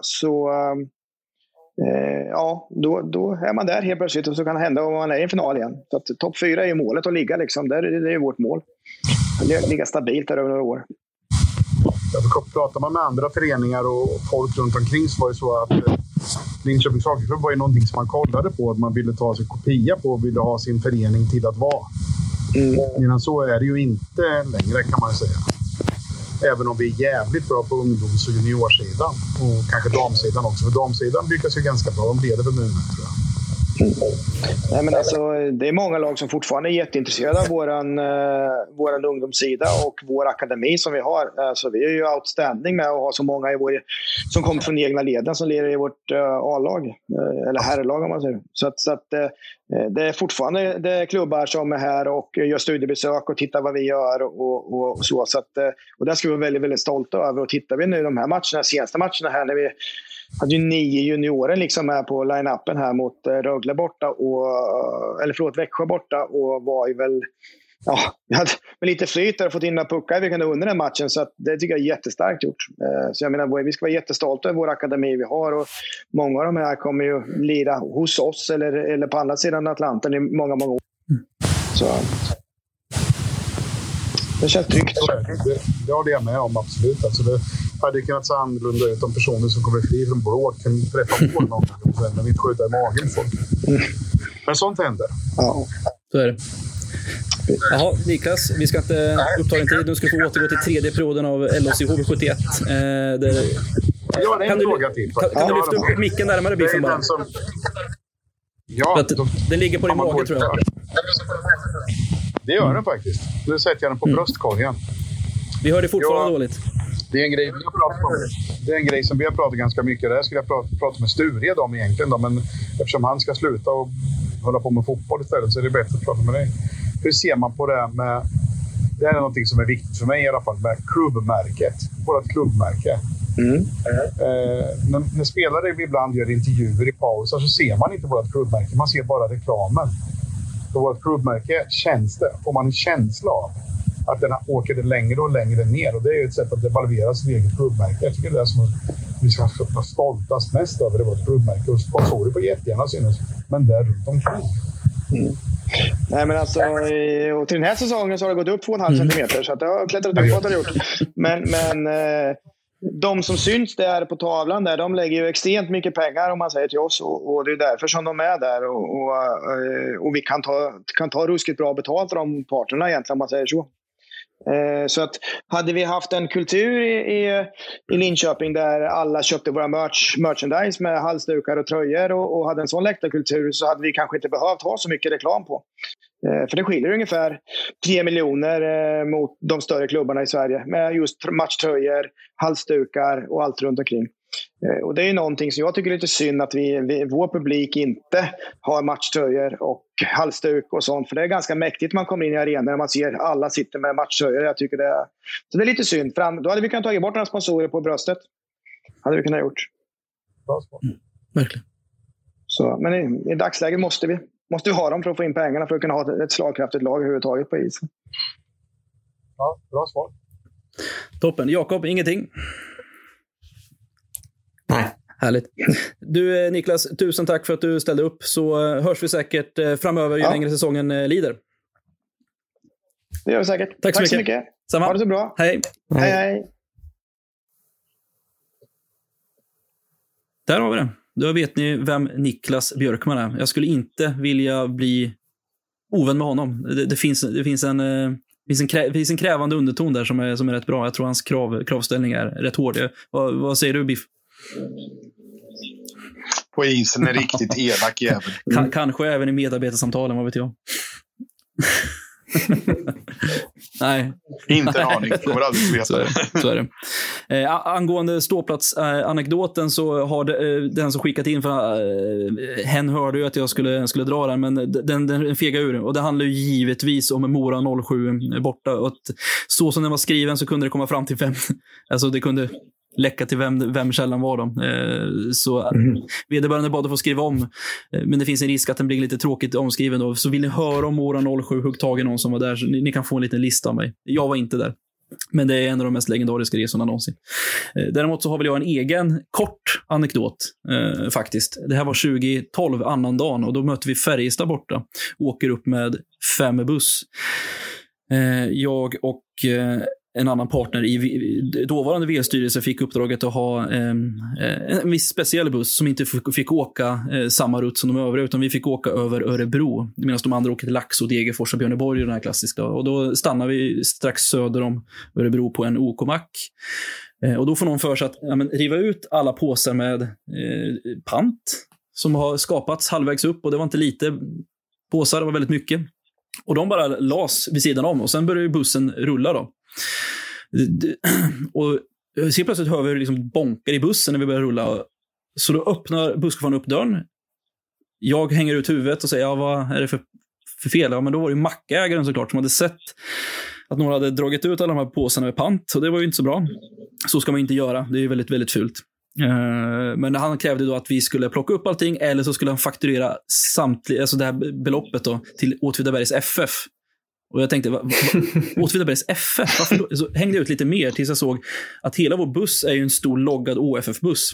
då är man där helt plötsligt, och så kan det hända om man är i en final igen. Så att topp 4 är ju målet att ligga liksom. Det är vårt mål. Ligga stabilt där över några år. Pratar man med andra föreningar och folk runt omkring, så var det så att Linköpings Hockeyklubb var ju någonting som man kollade på, att man ville ta sig kopia på och ville ha sin förening till att vara. Men så är det ju inte längre, kan man säga. Även om vi är jävligt bra på ungdoms- och juniorsidan och kanske damsidan också. För damsidan lyckas ju ganska bra, de leder väl nu, tror jag. Nej, men alltså, det är många lag som fortfarande är jätteintresserade av våran ungdomssida och vår akademi som vi har. Alltså, vi är ju outstanding med att ha så många som kommer från egna leden som leder i vårt A-lag, eller herrlag om man säger. Så att det är fortfarande det är klubbar som är här och gör studiebesök och tittar vad vi gör och så. Och det ska vi vara väldigt, väldigt stolta över. Och tittar vi nu de här matcherna, senaste matcherna här, när vi hade ju 9 juniorer liksom här på line-upen här mot Rögle borta Växjö borta, och var ju väl, ja, vi hade med lite flyt där och fått in några puckar vi kunde under den matchen, så att det tycker jag är jättestarkt gjort. Så jag menar, vi ska vara jättestolta över vår akademi vi har, och många av de här kommer ju lira hos oss eller på andra sidan Atlanten i många, många år. Så det känns tryggt. Det håller jag med om, absolut. Alltså det hade kunnat se annorlunda ut om personer som kommer fri från blå kan träffa på någon men inte skjuta i magen folk. Men sånt händer. Ja. Så är det. Jaha, Niklas, vi ska inte uppta din tid. Nu ska du få återgå till tredje perioden av LHC HV71. Ja, det är en fråga till. Kan du lyfta upp micken närmare, Biffen, bara? Ja, den ligger på din mage, tror jag. Det gör den faktiskt. Nu sätter jag den på bröstkorgen. Vi hör det fortfarande dåligt. Det är en grej vi har pratat om. Det är en grej som vi har pratat ganska mycket. Det här skulle jag prata med Sture om egentligen. Då, men eftersom han ska sluta och hålla på med fotboll istället så är det bättre att prata med dig. Hur ser man på det här med... Det här är något som är viktigt för mig i alla fall. Med klubbmärket. Vårt klubbmärke. När spelare ibland gör intervjuer i pauser så ser man inte vårt klubbmärke. Man ser bara reklamen. På vårt klubbmärke får man en känsla av att den åker det längre och längre ner. Och det är ju ett sätt att devalvera sitt eget klubbmärke. Jag tycker det är som vi ska vara stoltast mest över det vårt klubbmärke. Och sponsorer på jättegärna synas. Men där runt omkring. Nej, men alltså, och till den här säsongen så har det gått upp 2,5 centimeter. Så att det har klättrat upp vad det har gjort. Men de som syns där på tavlan där, de lägger ju extremt mycket pengar om man säger till oss. Och det är därför som de är där. Och vi kan ta ruskigt bra betalt av de parterna egentligen om man säger så. Så att hade vi haft en kultur i Linköping där alla köpte våra merchandise med halsdukar och tröjor och hade en sån läktarkultur så hade vi kanske inte behövt ha så mycket reklam på. För det skiljer ungefär 3 miljoner mot de större klubbarna i Sverige med just matchtröjor, halsdukar och allt runt omkring. Och det är ju någonting som jag tycker är lite synd att vår publik inte har matchtröjor och halsduk och sånt. För det är ganska mäktigt man kommer in i arenan när man ser alla sitter med matchtröjor. Jag tycker så det är lite synd. Då hade vi kunnat ta bort några sponsorer på bröstet. Hade vi kunnat gjort. Verkligen. Så, men i dagsläget måste vi ha dem för att få in pengarna för att kunna ha ett slagkraftigt lag överhuvudtaget på isen. Ja, bra svar. Toppen. Jakob, ingenting? Nej. Härligt. Du Niklas, tusen tack för att du ställde upp. Så hörs vi säkert framöver ju längre säsongen lider. Det gör vi säkert. Tack så mycket. Samma. Ha det så bra. Hej. Hej. Där har vi det. Då vet ni vem Niklas Björkman är. Jag skulle inte vilja bli ovän med honom. Det finns en krävande underton där som är rätt bra. Jag tror hans kravställning är rätt hård. Vad säger du, Biff? På isen är riktigt elak jävel. Kanske även i medarbetarsamtalen, vad vet jag. Nej. Inte en aning, det var aldrig veta. Så är det. Angående ståplats-anekdoten så har den som skickat in, för hen hörde ju att jag skulle dra den, men den fega ur. Och det handlar ju givetvis om Mora 07 borta. Och så som den var skriven så kunde det komma fram till 5. Alltså det kunde läcka till vem källan var de. Så vederbörande bad att få skriva om. Men det finns en risk att den blir lite tråkigt omskriven då. Så vill ni höra om Mora 07, hugg tag i någon som var där, så ni kan få en liten lista av mig. Jag var inte där. Men det är en av de mest legendariska resorna någonsin. Däremot så har väl jag en egen kort anekdot faktiskt. Det här var 2012, annan dagen, och då mötte vi Färjestad borta. Åker upp med 5 buss. Jag och en annan partner i dåvarande VL-styrelse fick uppdraget att ha en viss speciell buss som inte fick åka samma rutt som de övriga, utan vi fick åka över Örebro medan de andra åker till Laxå, Degerfors och Björneborg, den här klassiska. Och då stannar vi strax söder om Örebro på en OK-mack. Och då får någon för sig att riva ut alla påsar med pant som har skapats halvvägs upp, och det var inte lite påsar, det var väldigt mycket. Och de bara las vid sidan om, och sen började bussen rulla då. Och så plötsligt hör vi liksom bonkar i bussen när vi börjar rulla. Så då öppnar busschauffören upp dörren. Jag hänger ut huvudet och säger, vad är det för fel? Ja, men då var det mackägaren såklart som hade sett att några hade dragit ut alla de här påsarna med pant. Och det var ju inte så bra. Så ska man inte göra. Det är ju väldigt, väldigt fult. Men han krävde då att vi skulle plocka upp allting, eller så skulle han fakturera samtliga, alltså det här beloppet då, till Åtvidabergs FF. Och jag tänkte, Åtvidabergs FF? Varför då? Så hängde jag ut lite mer tills jag såg att hela vår buss är ju en stor loggad OFF-buss.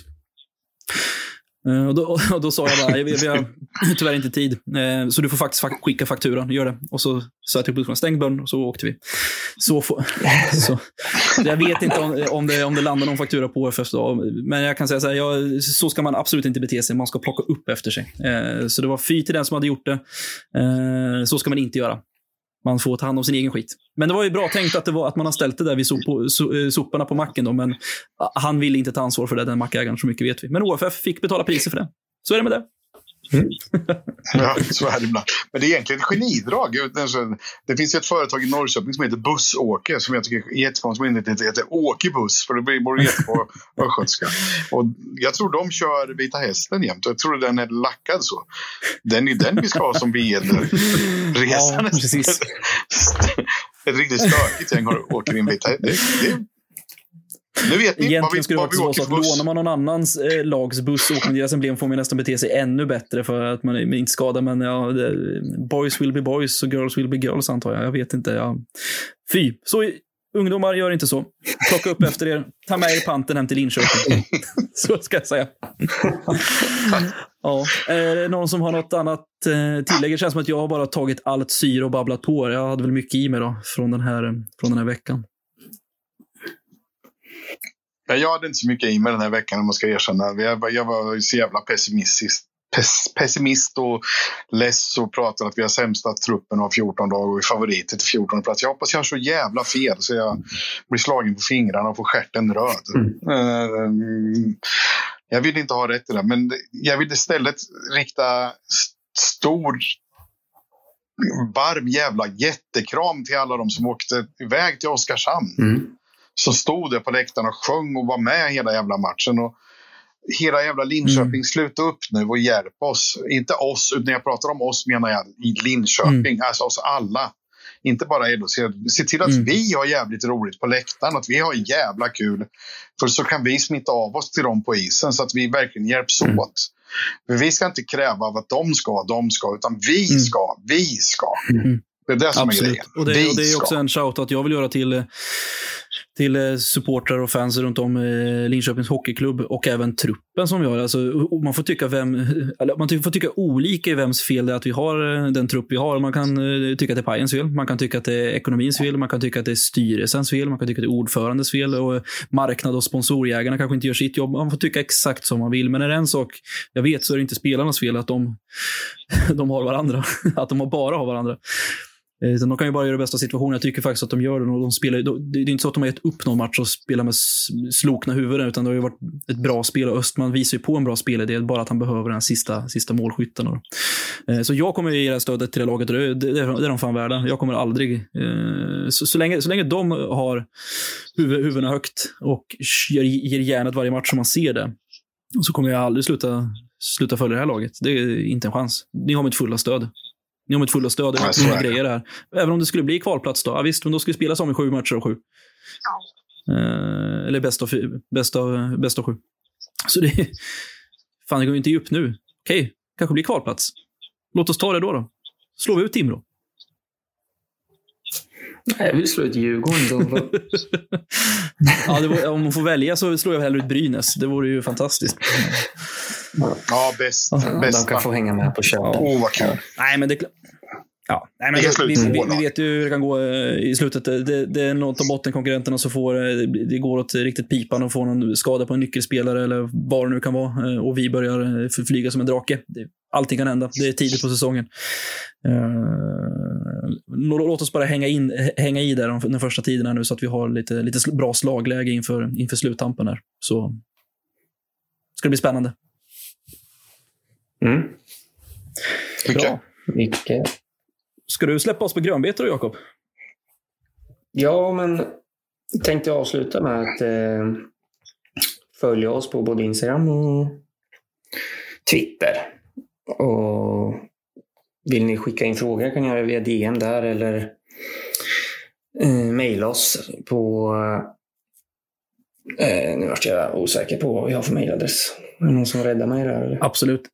Och då sa jag bara, vi har tyvärr inte tid. Så du får faktiskt skicka fakturan, gör det. Och så sa jag till bussen, stäng dörren, och så åkte vi. Så jag vet inte om det landar någon faktura på OFF då. Men jag kan säga så här, så ska man absolut inte bete sig. Man ska plocka upp efter sig. Så det var fy till den som hade gjort det. Så ska man inte göra. Man får ta hand om sin egen skit. Men det var ju bra tänkt att man har ställt det där vid soporna på macken då, men han ville inte ta ansvar för det, den mackägaren, så mycket vet vi. Men OFF fick betala priser för det. Så är det med det. Ja, så är det ibland. Men det är egentligen ett genidrag. Det finns ju ett företag i Norrköping som heter Bussåke, som jag tycker är jättekonstigt. Det heter Åke Buss, för det blir jättebra östgötska. Och jag tror de kör Vita Hästen jämt. Jag tror den är lackad så. Den är den vi ska ha som BL-resan. Ja, precis. Ett riktigt stökigt gäng åker in Vita Hästen. Nu vet ni, egentligen skulle det också vara så att lånar man någon annans lags buss och deras emblem får man nästan bete sig ännu bättre för att man inte skadar, men ja, boys will be boys och girls will be girls, antar jag. Jag vet inte. Ja. Fy. Så ungdomar, gör inte så. Plocka upp efter er. Ta med er panten hem till Linköping. Så ska jag säga. Ja. Är det någon som har något annat tillägg? Det känns som att jag har bara tagit allt syre och babblat på. Jag hade väl mycket i mig då från den här veckan. Jag hade inte så mycket i mig den här veckan, om man ska erkänna. Jag var så jävla pessimist och less och pratade att vi har sämsta truppen av 14 dagar och är favoriter till 14 plats. Jag hoppas jag har så jävla fel så jag blir slagen på fingrarna och får stjärten röd. Jag vill inte ha rätt i det, men jag vill istället rikta stor varm jävla jättekram till alla de som åkte iväg till Oskarshamn. Så stod det på läktaren och sjöng och var med hela jävla matchen. Och hela jävla Linköping, sluta upp nu och hjälp oss. Inte oss, utan när jag pratar om oss menar jag i Linköping. Alltså oss alla. Inte bara LHC. Se till att vi har jävligt roligt på läktaren. Att vi har jävla kul. För så kan vi smitta av oss till dem på isen. Så att vi verkligen hjälps åt. För vi ska inte kräva av att de ska. Utan vi ska. Det är det som är grejen. Och det är också en shout att jag vill göra till supportrar och fans runt om Linköpings hockeyklubb och även truppen som vi har. Alltså, man får tycka olika i vems fel det är att vi har den trupp vi har. Man kan tycka att det är Pajens fel, man kan tycka att det är ekonomins fel, man kan tycka att det är styrelsens fel, man kan tycka att det är ordförandens fel och marknad- och sponsorjägarna kanske inte gör sitt jobb. Man får tycka exakt som man vill, men är det en sak jag vet så är det inte spelarnas fel att de har varandra, att de bara har varandra. De kan ju bara göra det bästa situationen. Jag tycker faktiskt att de gör det och de spelar. Det är inte så att de har gett upp någon match och spelar med slokna huvuden, utan det har ju varit ett bra spel och Östman visar ju på en bra spelidé, bara att han behöver den sista målskytten. Så jag kommer ge det här stödet till det laget och det är de fan värda. Jag kommer aldrig så länge de har huvudena högt och ger järnet varje match som man ser det, så kommer jag aldrig sluta följa det här laget. Det är inte en chans. Ni har mitt fulla stöd. Ni har mitt fulla stöd och sådana grejer här. Även om det skulle bli kvalplats då. Ja, visst, men då ska vi spela som i 7 matcher av 7. Eller bäst av 7. Så det fan, det går ju inte upp nu. Okej, kanske blir kvalplats. Låt oss ta det då. Slår vi ut Timrå? Nej, jag vill slå ut Djurgården då. Ja, om man får välja så slår jag hellre ut Brynäs. Det vore ju fantastiskt. Ja, bäst. De kan få hänga med på köpet. Vad kul. Nej, men det... Ja, nej, men vi vet ju hur det kan gå i slutet. Det är något av bottenkonkurrenterna så det går åt riktigt pipan och får någon skada på en nyckelspelare eller vad det nu kan vara. Och vi börjar flyga som en drake. Allting kan hända. Det är tidigt på säsongen. Låt oss bara hänga i där den första tiden här nu så att vi har lite bra slagläge inför sluttampen där. Så ska det bli spännande. Bra. Mycket. Ska du släppa oss på grönbetor då, Jakob? Ja, men tänkte jag avsluta med att följa oss på både Instagram och Twitter. Och vill ni skicka in frågor kan ni göra via DM där eller mejla oss på nu vart jag osäker på vad vi har för mejladress. Är det någon som räddar mig där? Eller? Absolut.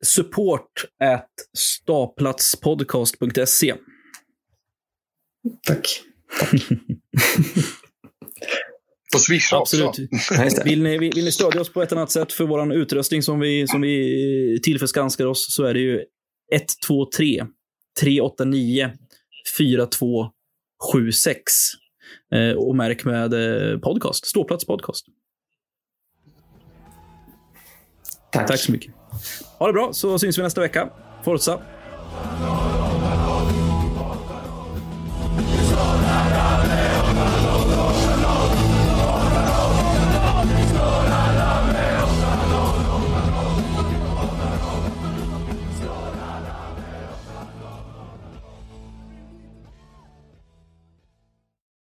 support@staplatspodcast.se. Tack. På Swisha också. Absolut. Vill ni stödja oss på ett annat sätt för våran utrustning som vi tillförskanskar oss, så är det ju 123 389 4276 och märk med podcast, Ståplats podcast. Tack så mycket. Ha det bra, så syns vi nästa vecka. Forza!